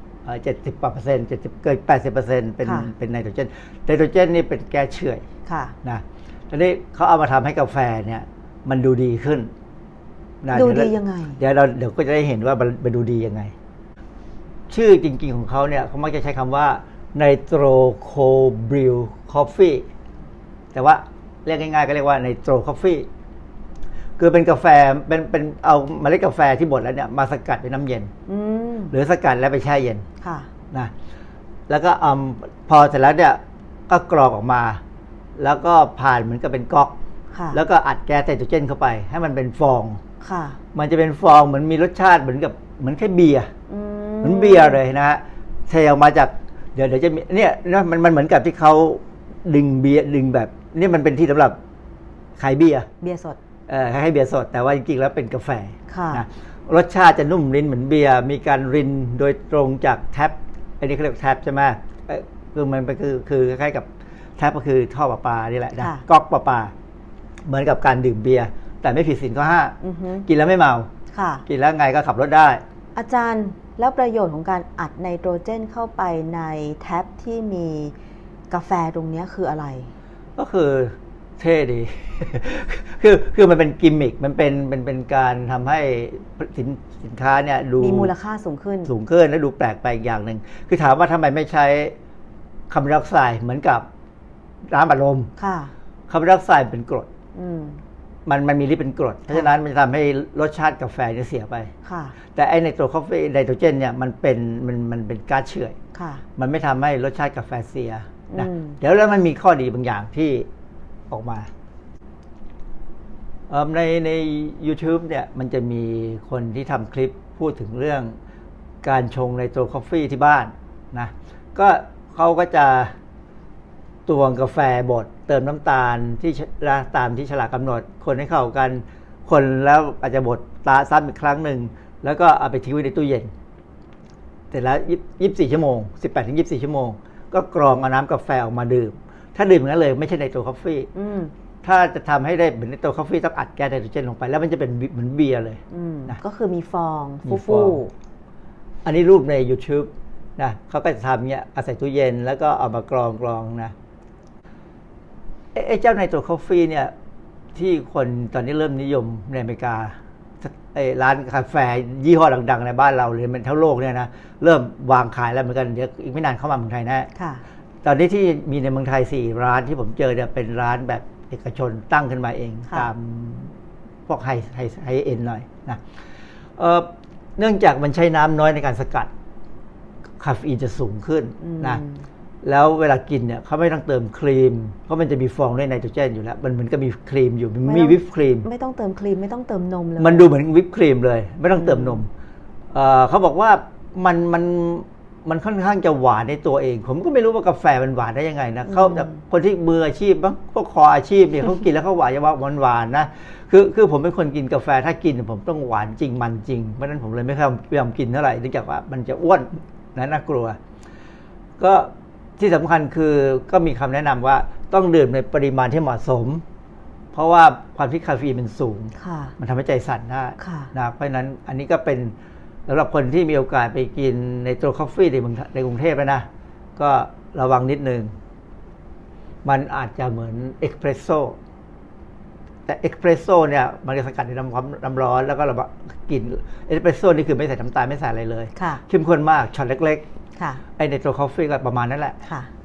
70%เกิน 80% เป็นไนโตรเจนนี่เป็นแก๊สเฉื่อยนะทีนี้เขาเอามาทำให้กาแฟเนี่ยมันดูดีขึ้นดูดียังไงเดี๋ยวก็จะได้เห็นว่ามันดูดียังไงชื่อจริงๆของเขาเนี่ยเขามักจะใช้คำว่าไนโตรโคบริลคอฟฟี่แต่ว่าเรียกง่ายๆก็เรียกว่าไนโตรคอฟฟี่คือเป็นกาแฟเป็นเอาเมล็ดกาแฟที่บดแล้วเนี่ยมาสกัดเป็นน้ำเย็นหรือสกัดแล้วไปแช่เย็นนะแล้วก็พอเสร็จแล้วเนี่ยก็กรองออกมาแล้วก็ผ่านเหมือนกับเป็นก๊อกแล้วก็อัดแก๊สไนโตรเจนเข้าไปให้มันเป็นฟองมันจะเป็นฟองเหมือนมีรสชาติเหมือนแค่เบียร์เหมือนเบียร์เลยนะฮะเทออกมาจากเดี๋ยวจะมีเนี่ยมันเหมือนกับที่เขาดึงเบียร์ดึงแบบนี่มันเป็นที่สำหรับขายเบียร์สดให้เบียร์สดแต่ว่าจริงๆแล้วเป็นกาแฟนะรสชาติจะนุ่มลิ้นเหมือนเบียร์มีการรินโดยตรงจากแท็บอันนี้เขาเรียกแท็บใช่ไหมคือมันคือคล้ายๆกับแท็บก็คือท่อประปานี่แหละนะก๊อกประปาเหมือนกับการดื่มเบียร์แต่ไม่ผิดศีลข้อ5กินแล้วไม่เมากินแล้วไงก็ขับรถได้อาจารย์แล้วประโยชน์ของการอัดไนโตรเจนเข้าไปในแท็บที่มีกาแฟตรงนี้คืออะไรก็คือเท่ดี คือมันเป็นกิมมิคมันเป็นการทำให้สินค้าเนี่ยดูมีมูลค่าสูงขึ้นและดูแปลกไปอีกอย่างหนึ่งคือถามว่าทำไมไม่ใช้คาร์บอนไดออกไซด์เหมือนกับน้ำอัดลมคาร์บอนไดออกไซด์เป็นกรดมันมีฤทธิ์เป็นกรดเพราะฉะนั้นมันจะทำให้รสชาติกาแฟเนี่ยเสียไปแต่ไอไนโตรคอฟฟี่ไนโตรเจนเนี่ยมันเป็นก๊าซเฉื่อยมันไม่ทำให้รสชาติกาแฟเสียนะเดี๋ยวแล้วมันมีข้อดีบางอย่างที่ออกมาใน YouTube เนี่ยมันจะมีคนที่ทำคลิปพูดถึงเรื่องการชงไนโตรคอฟฟี่ที่บ้านนะก็เขาก็จะตวงกาแฟบดเติมน้ำตาลที่ตามที่ฉลากกำหนดคนให้เข้ากันคนแล้วอาจจะบดซ้ำอีกครั้งหนึ่งแล้วก็เอาไปทิ้งไว้ในตู้เย็นเสร็จแล้ว24 ชั่วโมง 18-24 ชั่วโมงก็กรองเอาน้ำกาแฟออกมาดื่มถ้าดื่มงั้นเลยไม่ใช่ไนโตรคอฟฟี่ถ้าจะทำให้ได้เหมือนในตัวกาแฟต้องอัดแก๊สไนโตรเจนลงไปแล้วมันจะเป็นเหมือนเบียร์เลยนะก็คือมีฟองฟูอันนี้รูปใน YouTube นะเขาก็จะทำเนี้ยเอาใส่ตู้เย็นแล้วก็เอามากรองนะไอ้เจ้าไนโตรกาแฟเนี่ยที่คนตอนนี้เริ่มนิยมในอเมริการ้านกาแฟยี่ห้อดังๆในบ้านเราเลยมันทั้งโลกเนี่ยนะเริ่มวางขายแล้วเหมือนกันเดี๋ยวอีกไม่นานเข้ามาเมืองไทยแน่ตอนนี้ที่มีในเมืองไทย4ร้านที่ผมเจอเนี่ยเป็นร้านแบบเอกชนตั้งขึ้นมาเองตามพวกไฮเอ็นหน่อยนะเนื่องจากมันใช้น้ำน้อยในการสกัดคาเฟอีนจะสูงขึ้นนะแล้วเวลากินเนี่ยเขาไม่ต้องเติมครีมเพราะมันจะมีฟองด้วยไนโตรเจนอยู่แล้วมันเหมือนกับมีครีมอยู่มันมีวิปครีมไม่ต้องเติมครีมไม่ต้องเติมนมเลยมันดูเหมือนวิปครีมเลยไม่ต้องเติมนมเขาบอกว่ามันค่อนข้างจะหวานในตัวเองผมก็ไม่รู้ว่ากาแฟมันหวานได้ยังไงนะเขาแต่คนที่มืออาชีพบ้างพวกคออาชีพเนี่ยเขากินแล้วเขาหวานจะหวานนะคือผมเป็นคนกินกาแฟถ้ากินผมต้องหวานจริงมันจริงเพราะฉะนั้นผมเลยไม่ค่อยพยายามกินเท่าไหร่เนื่องจากว่ามันจะอ้วนน่ากลัวก็ที่สำคัญคือก็มีคำแนะนำว่าต้องดื่มในปริมาณที่เหมาะสมเพราะว่าความที่คาเฟอีนมันสูงมันทำให้ใจสั่นได้นะเพราะฉะนั้นอันนี้ก็เป็นสำหรับคนที่มีโอกาสไปกินในตัวกาแฟในกรุงเทพนะก็ระวังนิดนึงมันอาจจะเหมือนเอสเปรสโซ่แต่เอสเปรสโซ่เนี่ยมันจะสกัดในน้ำร้อนแล้วก็เรากินเอสเปรสโซ่นี่คือไม่ใส่น้ำตาลไม่ใส่อะไรเลยเข้มข้นมากช็อตเล็กไอในตัวกาแฟก็ประมาณนั้นแหละ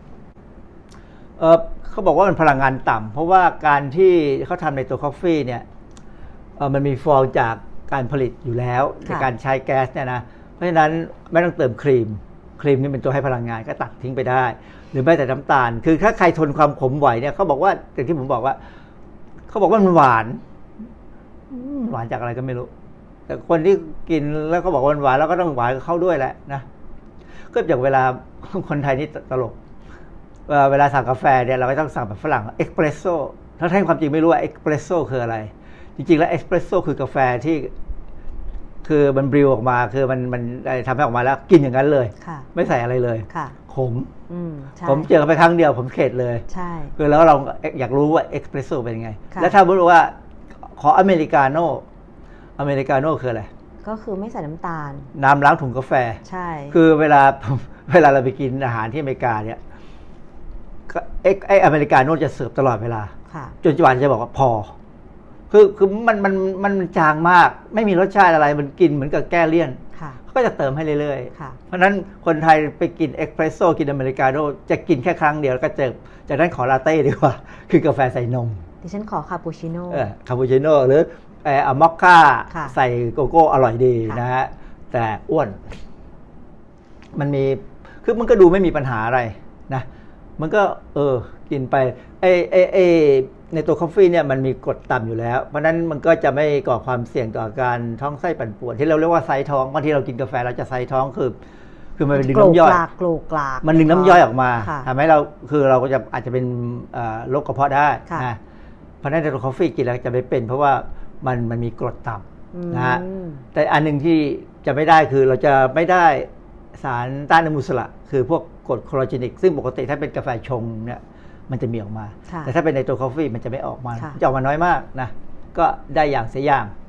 เขาบอกว่ามันพลังงานต่ำเพราะว่าการที่เขาทำในตัวกาแฟเนี่ยมันมีฟองจากการผลิตอยู่แล้วในการใช้แก๊สเนี่ยนะเพราะฉะนั้นไม่ต้องเติมครีมนี่เป็นตัวให้พลังงานก็ตัดทิ้งไปได้หรือแม้แต่น้ำตาลคือถ้าใครทนความขมไหวเนี่ยเขาบอกว่าอย่างที่ผมบอกว่าเขาบอกว่ามันหวานจากอะไรก็ไม่รู้แต่คนที่กินแล้วเขาบอกว่ามันหวานแล้วก็ต้องหวานเข้าด้วยแหละนะก็อย่างเวลาคนไทยนี่ตลกเวลาสั่งกาแฟเนี่ยเราก็ต้องสั่งแบบฝรั่งเอสเปรสโซ่ถ้าแท้ความจริงไม่รู้ว่าเอสเปรสโซ่คืออะไรจริงๆแล้วเอสเปรสโซ่คือกาแฟที่คือมันบริวออกมาคือมันทำให้ออกมาแล้วกินอย่างนั้นเลยไม่ใส่อะไรเลยขมผมเจอไปครั้งเดียวผมเข็ดเลยคือแล้วเราอยากรู้ว่าเอสเปรสโซ่เป็นยังไงแล้วถ้าบอกว่าขออเมริกาโน่คืออะไรก็คือไม่ใส่น้ำตาลน้ำล้างถุงกาแฟใช่คือเวลาเราไปกินอาหารที่อเมริกาเนี่ยไออเมริกาโน่จะเสิร์ฟตลอดเวลาจนจวนจะบอกว่าพอคือมันจางมากไม่มีรสชาติอะไรมันกินเหมือนกับแก้เลี่ยนก็จะเติมให้เรื่อยๆเพราะฉะนั้นคนไทยไปกินเอสเปรสโซ่กินอเมริกาโน่จะกินแค่ครั้งเดียวแล้วก็จากนั้นขอลาเต้ดีกว่าคือกาแฟใส่นมดิฉันขอคาปูชิโน่หรือมอคค่าใส่โกโก้อร่อยดีนะฮะแต่อ้วนมันมีคือมันก็ดูไม่มีปัญหาอะไรนะมันก็กินไปในตัวกาแฟเนี่ยมันมีกรดต่ำอยู่แล้วเพราะนั้นมันก็จะไม่ก่อความเสี่ยงต่อการท้องไส้ปั่นป่วนที่เราเรียกว่าไส้ท้องบางทีเรากินกาแฟเราจะไส้ท้องคือมันดึงน้ำย่อยมันดึงน้ำย่อยออกมาทำให้เราก็จะอาจจะเป็นโรคกระเพาะได้นะเพราะนั้นในตัวกาแฟกินแล้วจะไม่เป็นเพราะว่ามันมีกรดต่ำนะฮะแต่อันหนึ่งที่จะไม่ได้คือเราจะไม่ได้สารต้านอนุมูลอิสระคือพวกกรดโคโลจินิกซึ่งปกติถ้าเป็นกาแฟชงเนี่ยมันจะมีออกมาแต่ถ้าเป็นในตัวกาแฟมันจะไม่ออกมาจะออกมาน้อยมากนะก็ได้อย่างเสีย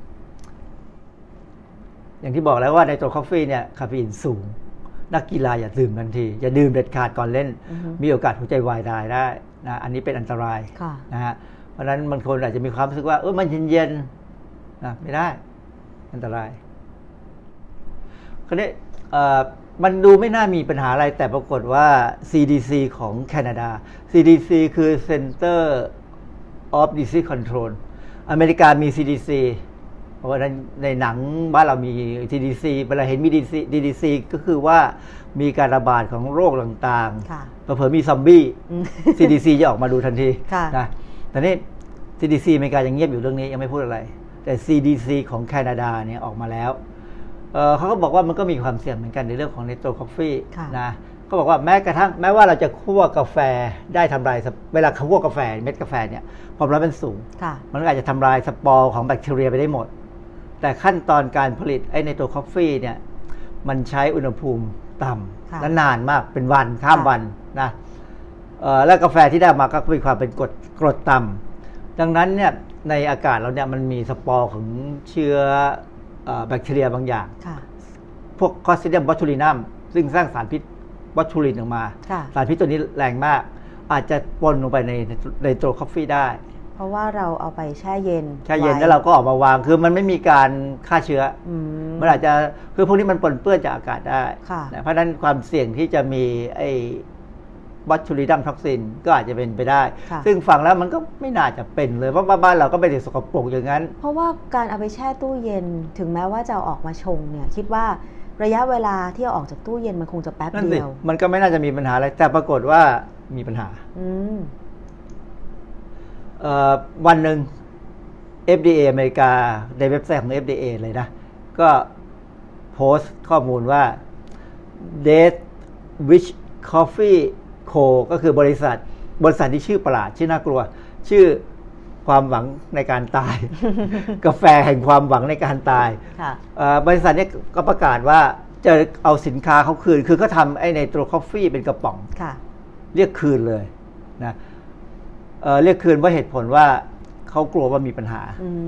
อย่างที่บอกแล้วว่าในตัวกาแฟเนี่ยคาเฟอีนสูงนักกีฬาอย่าดื่มทันทีอย่าดื่มเด็ดขาดก่อนเล่นมีโอกาสหัวใจวายได้นะอันนี้เป็นอันตรายนะฮะเพราะฉะนั้นบางคนอาจจะมีความรู้สึกว่ามันเย็นๆนะไม่ได้อันตรายคราวนี้มันดูไม่น่ามีปัญหาอะไรแต่ปรากฏว่า CDC ของแคนาดา CDC คือ Center of Disease Control อเมริกามี CDC เพราะว่าในหนังบ้านเรามี CDC เวลาเห็นมี CDC ก็คือว่ามีการระบาดของโรคต่างๆเผลอๆมีซอมบี้ CDC จะออกมาดูทันทีนะแต่นี่ CDC อเมริกายังเงียบอยู่เรื่องนี้ยังไม่พูดอะไรแต่ CDC ของแคนาดาเนี่ยออกมาแล้วเขาก็บอกว่ามันก็มีความเสี่ยงเหมือนกันในเรื่องของไนโตรกาแฟนะเขาบอกว่าแม้ว่าเราจะคั่วกาแฟได้ทำลายเวลาคั่วกาแฟเม็ดกาแฟเนี่ยความร้อนมันสูงมันก็อาจจะทำลายสปอร์ของแบคทีเรียไปได้หมดแต่ขั้นตอนการผลิตไอ้ไนโตรกาแฟเนี่ยมันใช้อุณหภูมิต่ำและนานมากเป็นวันข้ามวันนะแล้วกาแฟที่ได้มาก็มีความเป็นกรดต่ำดังนั้นเนี่ยในอากาศเราเนี่ยมันมีสปอร์ของเชื้อแบคทีเรียบางอย่างพวกคลอสซิเดียมบอทูลินัมซึ่งสร้างสารพิษบอทูลินออกมาสารพิษตัวนี้แรงมากอาจจะปนลงไปในตัวคอฟฟี่ได้เพราะว่าเราเอาไปแช่เย็นแล้วเราก็ออกมาวางคือมันไม่มีการฆ่าเชื้อมันอาจจะคือพวกนี้มันปนเปื้อนจากอากาศได้เพราะฉะนั้นความเสี่ยงที่จะมีไอ้บอทูลินัมท็อกซินก็อาจจะเป็นไปได้ซึ่งฟังแล้วมันก็ไม่น่าจะเป็นเลยเพราะบ้านเราก็ไม่ได้สกปรกอย่างนั้นเพราะว่าการเอาไปแช่ตู้เย็นถึงแม้ว่าจะออกมาชงเนี่ยคิดว่าระยะเวลาที่เอาออกจากตู้เย็นมันคงจะแป๊บเดียวมันก็ไม่น่าจะมีปัญหาอะไรแต่ปรากฏว่ามีปัญหาวันหนึ่ง FDA อเมริกาในเว็บไซต์ของ FDA เลยนะก็โพสต์ข้อมูลว่า Death Wish Coffee Co ก็คือบริษัทที่ชื่อประหลาดชื่อน่ากลัวชื่อความหวังในการตาย กาแฟแห่งความหวังในการตายบริษัทนี้ก็ประกาศว่าจะเอาสินค้าเขาคืนคือเขาทำไอ้ในตัวคอฟฟี่เป็นกระป๋องเรียกคืนเลยนะเรียกคืนว่าเหตุผลว่าเขากลัวว่ามีปัญหา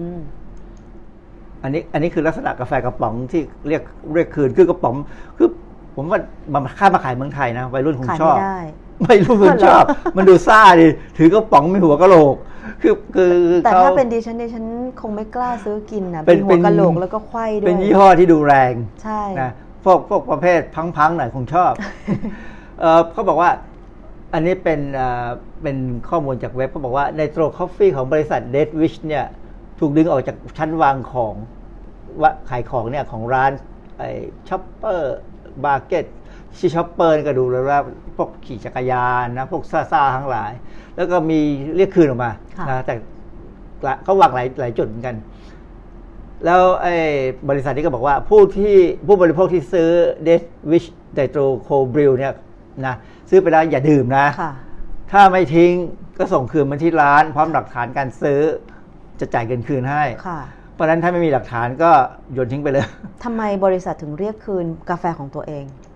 อันนี้คือลักษณะกาแฟกระป๋องที่เรียกคืนคือกระป๋องคือผมว่ามันค่ามาขายเมืองไทยนะวัยรุ่นคงชอบไม่รู้คงชอบมันดูซ่าดิถือกระป๋องมีหัวกะโหลกคือแต่ถ้าเป็นดิฉันคงไม่กล้าซื้อกินนะเป็นหัวกะโหลกแล้วก็ไขว้ด้วยเป็นยี่ห้อที่ดูแรงใช่นะพวกประเภทพังๆหน่อยคงชอบเขาบอกว่าอันนี้เป็นข้อมูลจากเว็บเขาบอกว่าไนโตรคอฟฟี่ของบริษัท Death Wish เนี่ยถูกดึงออกจากชั้นวางของว่าขายของเนี่ยของร้านไอ้ช็อปเปอร์บาร์เก็ตชื่อช็อปเปอร์ก็ดูแล้วว่าพวกขี่จักรยานนะพวกซ่าๆทั้งหลายแล้วก็มีเรียกคืนออกมานะแต่เขาวางหลายจุดเหมือนกันแล้วไอ้บริษัทนี้ก็บอกว่าผู้บริโภคที่ซื้อ Death Wish Nitro Cold Brew เนี่ยนะซื้อไปแล้วอย่าดื่มนะถ้าไม่ทิ้งก็ส่งคืนมาที่ร้านพร้อมหลักฐานการซื้อจะจ่ายเงินคืนให้เพราะฉะนั้นถ้าไม่มีหลักฐานก็โยนทิ้งไปเลยทำไมบริษัทถึงเรียกคืนกาแฟของตัวเอง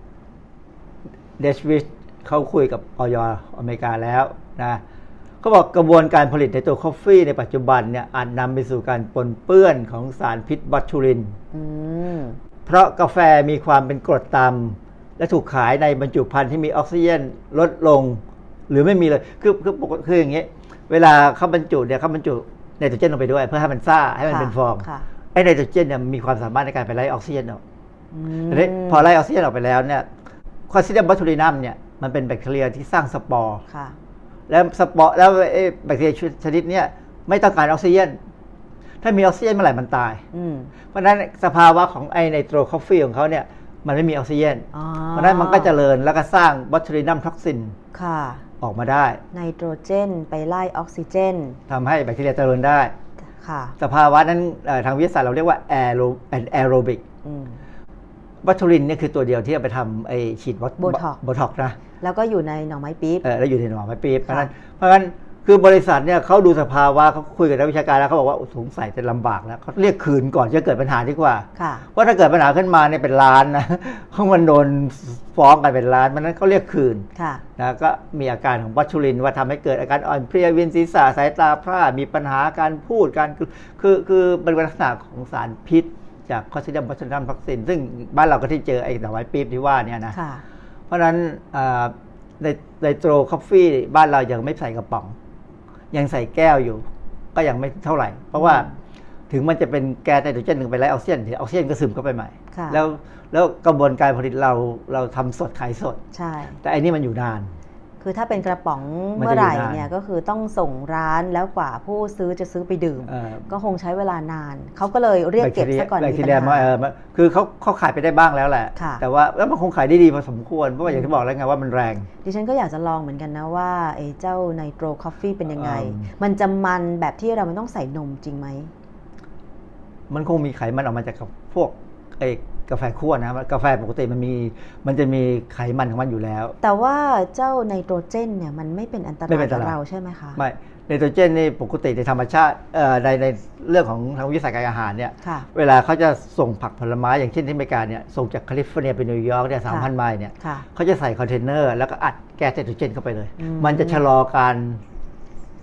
Death Wish เขาคุยกับอย.อเมริกาแล้วนะเขาบอกกระบวนการผลิตในตัวคอฟฟี่ในปัจจุบันเนี่ยอาจนำไปสู่การปนเปื้อนของสารพิษบอทูลินเพราะกาแฟมีความเป็นกรดต่ำและถูกขายในบรรจุภัณฑ์ที่มีออกซิเจนลดลงหรือไม่มีเลยคืออย่างเงี้ยเวลาเขาบรรจุเนี่ยเขาบรรจุไนโตรเจนลงไปด้วยเพื่อให้มันซ่าให้มันเป็นฟองไอ้ไนโตรเจนเนี่ยมีความสามารถในการไปไล่ออกซิเจนออกทีนี้พอไล่ออกซิเจนออกไปแล้วเนี่ยคลอสซิเดียมบอทูลินัมเนี่ยมันเป็นแบคทีเรียที่สร้างสปอร์แล้วแบคทีเรียชนิดนี้ไม่ต้องการออกซิเจนถ้ามีออกซิเจนเมื่อไหร่มันตายเพราะฉะนั้นสภาวะของไอไนโตรคอฟฟี่ของเขาเนี่ยมันไม่มีออกซิเจนเพราะฉะนั้นมันก็เจริญแล้วก็สร้างบอทูลินัมท็อกซินออกมาได้ไนโตรเจนไปไล่ออกซิเจนทำให้แบคทีเรียเจริญได้สภาวะนั้นทางวิทยาศาสตร์เราเรียกว่าแอโรบิกบอทูลินนี่คือตัวเดียวที่เอาไปทำไอฉีดโบท็อกนะแล้วก็อยู่ในหน่อไม้ปี๊บแล้วอยู่ในหน่อไม้ปี๊บเพราะฉะนั้นคือบริษัทเนี่ยเขาดูสภาวะเขาคุยกับนักวิชาการแล้วเขาบอกว่าสงสัยจะลำบากแล้วเขาเรียกคืนก่อนจะเกิดปัญหาดีกว่าเพราะถ้าเกิดปัญหาขึ้นมาเนี่ยเป็นล้านนะเขามันโดนฟ้องกันเป็นล้านเพราะนั้นเขาเรียกคืนนะก็มีอาการของบอทูลินว่าทำให้เกิดอาการอ่อนเพลียเวียนศีรษะสายตาพร่ามีปัญหาการพูดการคือเป็นลักษณะของสารพิษจากคลอสซิเดียมบอทูลินัมท็อกซินซึ่งบ้านเราก็ที่เจอไอ้หน่อไม้ปี๊บที่ว่าเนี่ยนะเพราะฉะนั้นไนโตรคอฟฟี่บ้านเรายังไม่ใส่กระป๋องยังใส่แก้วอยู่ก็ยังไม่เท่าไหร่เพราะว่าถึงมันจะเป็นแก๊สไนโตรเจนหนึ่งไปไล่ออกซิเจนออกซิเจนก็ซึมเข้าไปใหม่แล้วกระบวนการผลิตเราทำสดขายสดใช่แต่อันนี้มันอยู่นานคือถ้าเป็นกระป๋องเมื่อไหร่เนี่ยก็คือต้องส่งร้านแล้วกว่าผู้ซื้อจะซื้อไปดื่มก็คงใช้เวลานานเขาก็เลยเรียกเก็บซะก่อนมีปัญหาคือเขาขายไปได้บ้างแล้วแหละแต่ว่าแล้วมันคงขายได้ดีพอสมควรเพราะว่าอย่างที่บอกแล้วไงว่ามันแรงดิฉันก็อยากจะลองเหมือนกันนะว่าไอ้เจ้าไนโตรคอฟฟี่เป็นยังไงมันจะมันแบบที่เราไม่ต้องใส่นมจริงไหมมันคงมีไขมันออกมาจากพวกไอ้กาแฟคั่วนะกาแฟปกติมันจะมีไขมันของมันอยู่แล้วแต่ว่าเจ้าไนโตรเจนเนี่ยมันไม่เป็นอันตรายต่อเราใช่ไหมคะไม่ไนโตรเจนนี่ปกติในธรรมชาติในเรื่องของทางวิทยาศาสตร์การอาหารเนี่ยเวลาเขาจะส่งผักผลไม้อย่างเช่นที่อเมริกาเนี่ยส่งจากแคลิฟอร์เนียไปนิวยอร์กเนี่ย 3,000 ไมล์เนี่ยเขาจะใส่คอนเทนเนอร์แล้วก็อัดแก๊สไนโตรเจนเข้าไปเลยมันจะชะลอการ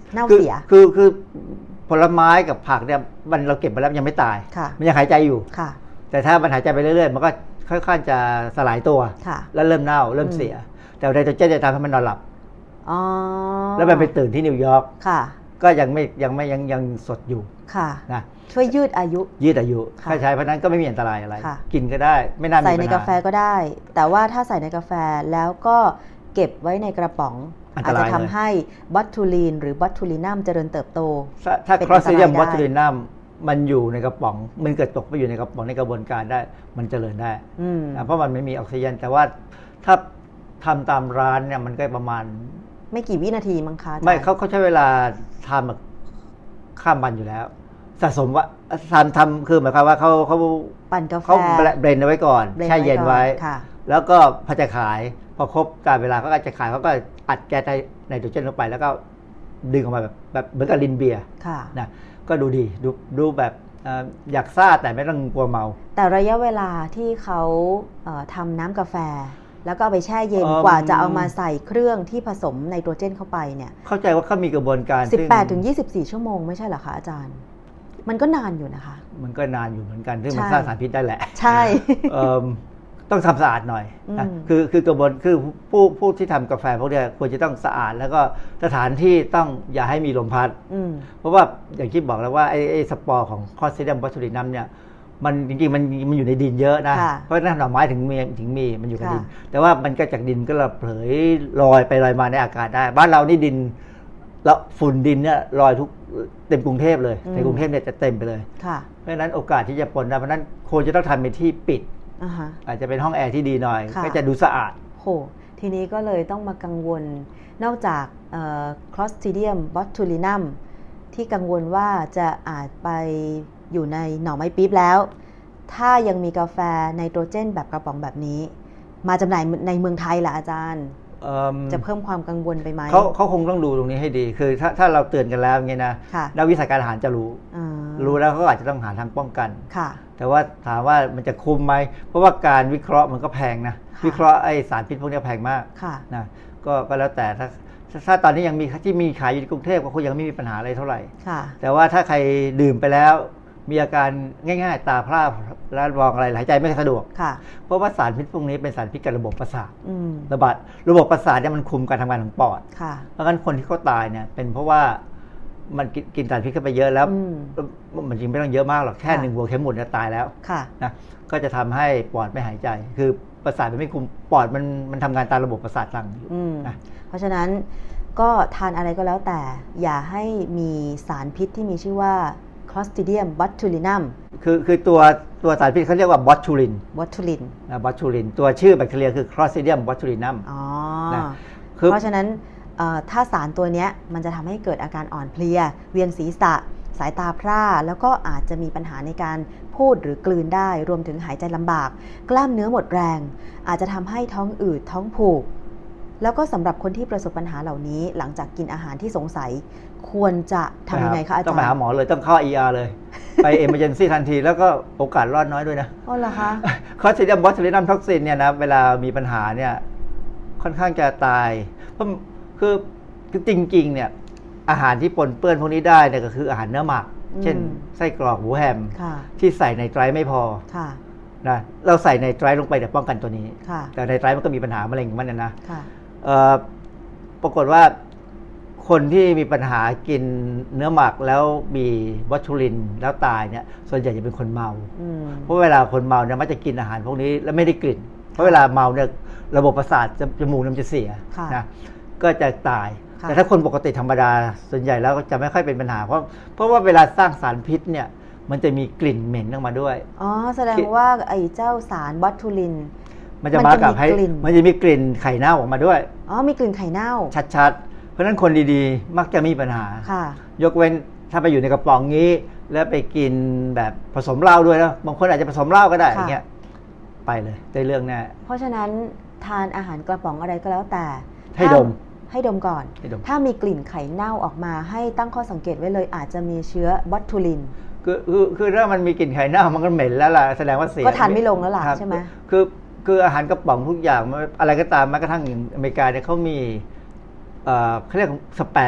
เน่าเสียคือผลไม้กับผักเนี่ยมันเราเก็บมาแล้วยังไม่ตายมันยังหายใจอยู่แต่ถ้ามันหายใจไปเรื่อยๆมันก็ค่อยๆจะสลายตัวแล้วเริ่มเน่าเริ่มเสียแต่ไนโตรเจนจะทำให้มันนอนหลับแล้วมันไปตื่นที่นิวยอร์กก็ยังสดอยู่นะช่วยยืดอายุถ้าใช้เพราะนั้นก็ไม่มีอันตรายอะไรกินก็ได้ไม่น่ามีปัญหาใส่ในกาแฟก็ได้แต่ว่าถ้าใส่ในกาแฟแล้วก็เก็บไว้ในกระป๋องอาจจะทำให้บอทูลีนหรือบอทูลินัมเจริญเติบโตถ้าคลอสซิเดียมบอทูลินัมมันอยู่ในกระป๋องมันเกิดตกไปอยู่ในกระป๋องในกระบวนการได้มันเจริญได้เพราะมันไม่มีออกซิเจนแต่ว่าถ้าทำตามร้านเนี่ยมันก็ประมาณไม่กี่วินาทีมั้งคะไม่เขาใช้เวลาทำข้ามวันอยู่แล้วสะสมว่าทำคือหมายความว่าเขาปั่นกาแฟเขาเบรนเอาไว้ก่อนแช่เย็นไว้แล้วก็พอจะขายพอครบการเวลาเขาก็จะขายเขาก็อัดแก๊สไนโตรเจนลงไปแล้วก็ดึงออกมาแบบเหมือนกับลินเบียร์นะก็ดูดีดูแบบอยากซ่าแต่ไม่ต้องกลัวเมาแต่ระยะเวลาที่เขาทำน้ำกาแฟแล้วก็เอาไปแช่เย็นกว่าจะเอามาใส่เครื่องที่ผสมไนโตรเจนเข้าไปเนี่ยเข้าใจว่าเขามีกระบวนการ 18 ถึง 24 ชั่วโมงไม่ใช่เหรอคะอาจารย์มันก็นานอยู่นะคะมันก็นานอยู่เหมือนกันซึ่งมันสร้างสารพิษได้แหละใช่ต้องทำสะอาดหน่อยนะคือกระบวนคือผู้ที่ทำกาแฟพวกนี้ควรจะต้องสะอาดแล้วก็สถานที่ต้องอย่าให้มีลมพัดเพราะว่าอย่างที่บอกแล้วว่าไอ้สปอร์ของคลอสซิเดียมบอทูลินัมเนี่ยมันจริงๆมันอยู่ในดินเยอะนะเพราะฉะนั้นหน่อไม้ถึงมีมันอยู่ในดินแต่ว่ามันก็จากดินก็ระเผยลอยไปลอยมาในอากาศได้บ้านเรานี่ดินแล้วฝุ่นดินเนี่ยลอยทุกเต็มกรุงเทพเลยในกรุงเทพเนี่ยจะเต็มไปเลยเพราะฉะนั้นโอกาสที่จะปนได้เพราะนั้นควรจะต้องทำเป็นที่ปิดอาจจะเป็นห้องแอร์ที่ดีหน่อยก็จะดูสะอาดโหทีนี้ก็เลยต้องมากังวลนอกจากClostridium botulinum ที่กังวลว่าจะอาจไปอยู่ในหน่อไม้ปี๊บแล้วถ้ายังมีกาแฟไนโตรเจนแบบกระป๋องแบบนี้มาจำหน่ายในเมืองไทยล่ะอาจารย์จะเพิ่มความกังวลไปไหมเขาคงต้องดูตรงนี้ให้ดีคือถ้าเราเตือนกันแล้วอย่างนี้นะนักวิชาการอาหารจะรู้แล้วเขาอาจจะต้องหาทางป้องกันแต่ว่าถามว่ามันจะคุ้มไหมเพราะว่าการวิเคราะห์มันก็แพงนะวิเคราะห์ไอสารพิษพวกนี้แพงมากนะก็แล้วแต่ถ้าตอนนี้ยังมีที่มีขายอยู่ในกรุงเทพก็คงยังไม่มีปัญหาอะไรเท่าไหร่แต่ว่าถ้าใครดื่มไปแล้วมีอาการง่ายๆตาพร่าและมองอะไรหายใจไม่สะดวกเพราะว่าสารพิษพวกนี้เป็นสารพิษกับระบบประสาทระบบประสาทเนี่ยมันคุมการทำงานของปอดเพราะงั้นคนที่เขาตายเนี่ยเป็นเพราะว่ามันกินสารพิษเข้าไปเยอะแล้วมันจริงไม่ต้องเยอะมากหรอกแค่1 หัวเข็มหมุนเนี่ยตายแล้วนะก็จะทำให้ปอดไม่หายใจคือประสาทมันไม่คุมปอดมันทำงานตามระบบประสาทสั่งอยู่นะเพราะฉะนั้นก็ทานอะไรก็แล้วแต่อย่าให้มีสารพิษที่มีชื่อว่าClostridium botulinum คือตัวสารพิษเขาเรียกว่าบอทูลินบอทูลินตัวชื่อแบคทีเรียคือ Clostridium botulinum นะเพราะฉะนั้นถ้าสารตัวนี้มันจะทำให้เกิดอาการอ่อนเพลียเวียนศีรษะสายตาพร่าแล้วก็อาจจะมีปัญหาในการพูดหรือกลืนได้รวมถึงหายใจลำบากกล้ามเนื้อหมดแรงอาจจะทำให้ท้องอืดท้องผูกแล้วก็สำหรับคนที่ประสบปัญหาเหล่านี้หลังจากกินอาหารที่สงสัยควรจะทำยังไงคะอาจารย์ต้องไปหาหมอเลยต้องเข้า ER เลยไป Emergency ทันทีแล้วก็โอกาสรอดน้อยด้วยนะอ๋อเหรอคะ Clostridium botulinum toxin เนี่ยนะเวลามีปัญหาเนี่ยค่อนข้างจะตายเพราะคือจริงๆเนี่ยอาหารที่ปนเปื้อนพวกนี้ได้เนี่ยก็คืออาหารเนื้อหมักเช่นไส้กรอกหมูแฮมที่ใส่ไนไตรไม่พอนะเราใส่ไนไตรลงไปแต่ป้องกันตัวนี้แต่ไนไตรมันก็มีปัญหามะเร็งของมันนะปรากฏว่าคนที่มีปัญหากินเนื้อหมักแล้วมีบอทูลินแล้วตายเนี่ยส่วนใหญ่จะเป็นคนเมาเพราะเวลาคนเมาเนี่ยมักจะกินอาหารพวกนี้แล้วไม่ได้กลิ่นเพราะเวลาเมาเนี่ยระบบประสาทจมูกมันจะเสียนะก็จะตายแต่ถ้าคนปกติธรรมดาส่วนใหญ่แล้วก็จะไม่ค่อยเป็นปัญหาเพราะว่าเวลาสร้างสารพิษเนี่ยมันจะมีกลิ่นเหม็นออกมาด้วยแสดงว่าไอ้เจ้าสารบอทูลินมันจะมากับให้มันจะมีกลิ่นไข่เน่าออกมาด้วยมีกลิ่นไข่เน่าชัดๆเพราะฉะนั้นคนดีๆมักจะมีปัญหายกเว้นถ้าไปอยู่ในกระป๋องงี้แล้วไปกินแบบผสมเหล้าด้วยนะบางคนอาจจะผสมเหล้าก็ได้อย่างเงี้ยไปเลยได้เรื่องแน่เพราะฉะนั้นทานอาหารกระป๋องอะไรก็แล้วแต่ให้ดมก่อนถ้ามีกลิ่นไข่เน่าออกมาให้ตั้งข้อสังเกตไว้เลยอาจจะมีเชื้อบอทูลินคือถ้ามันมีกลิ่นไข่เน่ามันก็เหม็นแล้วล่ะแสดงว่าเสียก็ทานไม่ลงแล้วล่ะใช่ไหมคืออาหารกระป๋องทุกอย่างอะไรก็ตามแม้กระทั่งอเมริกาเนี่ยเขามีเขาเรียกสแปม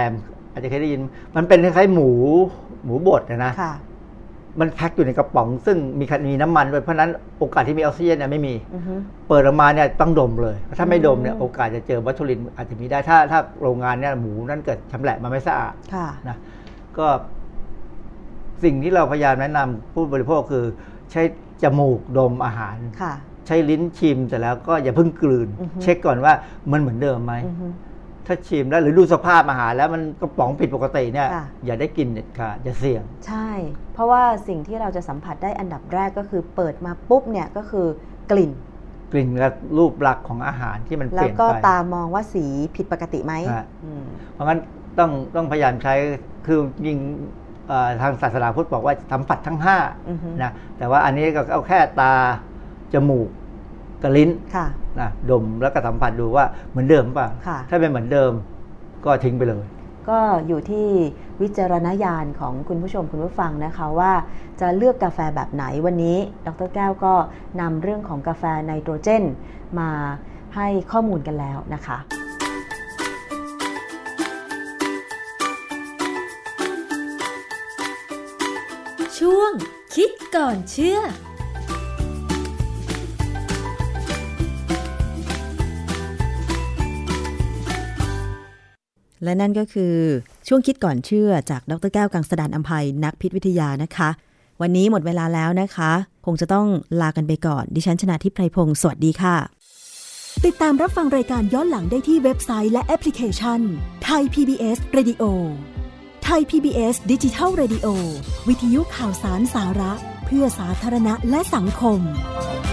อาจจะเคยได้ยินมันเป็นคล้ายๆหมูบดนะมันแพ็คอยู่ในกระป๋องซึ่งมีน้ำมันด้วยเพราะนั้นโอกาสที่มีออกซิเจนเนี่ยไม่มีเปิดออกมาเนี่ยต้องดมเลยถ้าไม่ดมเนี่ยโอกาสจะเจอวัตถุลินอาจจะมีได้ถ้าโรงงานเนี่ยหมูนั่นเกิดชำแหละมาไม่สะอาดนะก็สิ่งที่เราพยายามแนะนำผู้บริโภคคือใช้จมูกดมอาหารใช้ลิ้นชิมแต่แล้วก็อย่าเพิ่งกลืนเช็คก่อนว่ามันเหมือนเดิมไหมถ้าชิมแล้วหรือดูสภาพอาหารแล้วมันกระป๋องผิดปกติเนี่ยอย่าได้กินเด็ดขาดอย่าเสี่ยงใช่เพราะว่าสิ่งที่เราจะสัมผัสได้อันดับแรกก็คือเปิดมาปุ๊บเนี่ยก็คือกลิ่นกับรูปลักษณ์ของอาหารที่มันเปลี่ยนไปแล้วก็ตามองว่าสีผิดปกติไหมเพราะงั้นต้องพยายามใช้คือยิงทางศาสนาพุทธบอกว่าสัมผัสทั้ง5นะแต่ว่าอันนี้ก็เอาแค่ตาจมูกกับลิ้นนะดมแล้วก็สัมผัสดูว่าเหมือนเดิมป่ะถ้าเป็นเหมือนเดิมก็ทิ้งไปเลยก็อยู่ที่วิจารณญาณของคุณผู้ชมคุณผู้ฟังนะคะว่าจะเลือกกาแฟแบบไหนวันนี้ดร.แก้วก็นำเรื่องของกาแฟไนโตรเจนมาให้ข้อมูลกันแล้วนะคะช่วงคิดก่อนเชื่อและนั่นก็คือช่วงคิดก่อนเชื่อจากดร.แก้วกังสดาลอำไพนักพิษวิทยานะคะวันนี้หมดเวลาแล้วนะคะคงจะต้องลากันไปก่อนดิฉันชนาทิพย์ไพรพงศ์สวัสดีค่ะติดตามรับฟังรายการย้อนหลังได้ที่เว็บไซต์และแอปพลิเคชัน Thai PBS Radio Thai PBS Digital Radio วิทยุข่าวสารสาระเพื่อสาธารณะและสังคม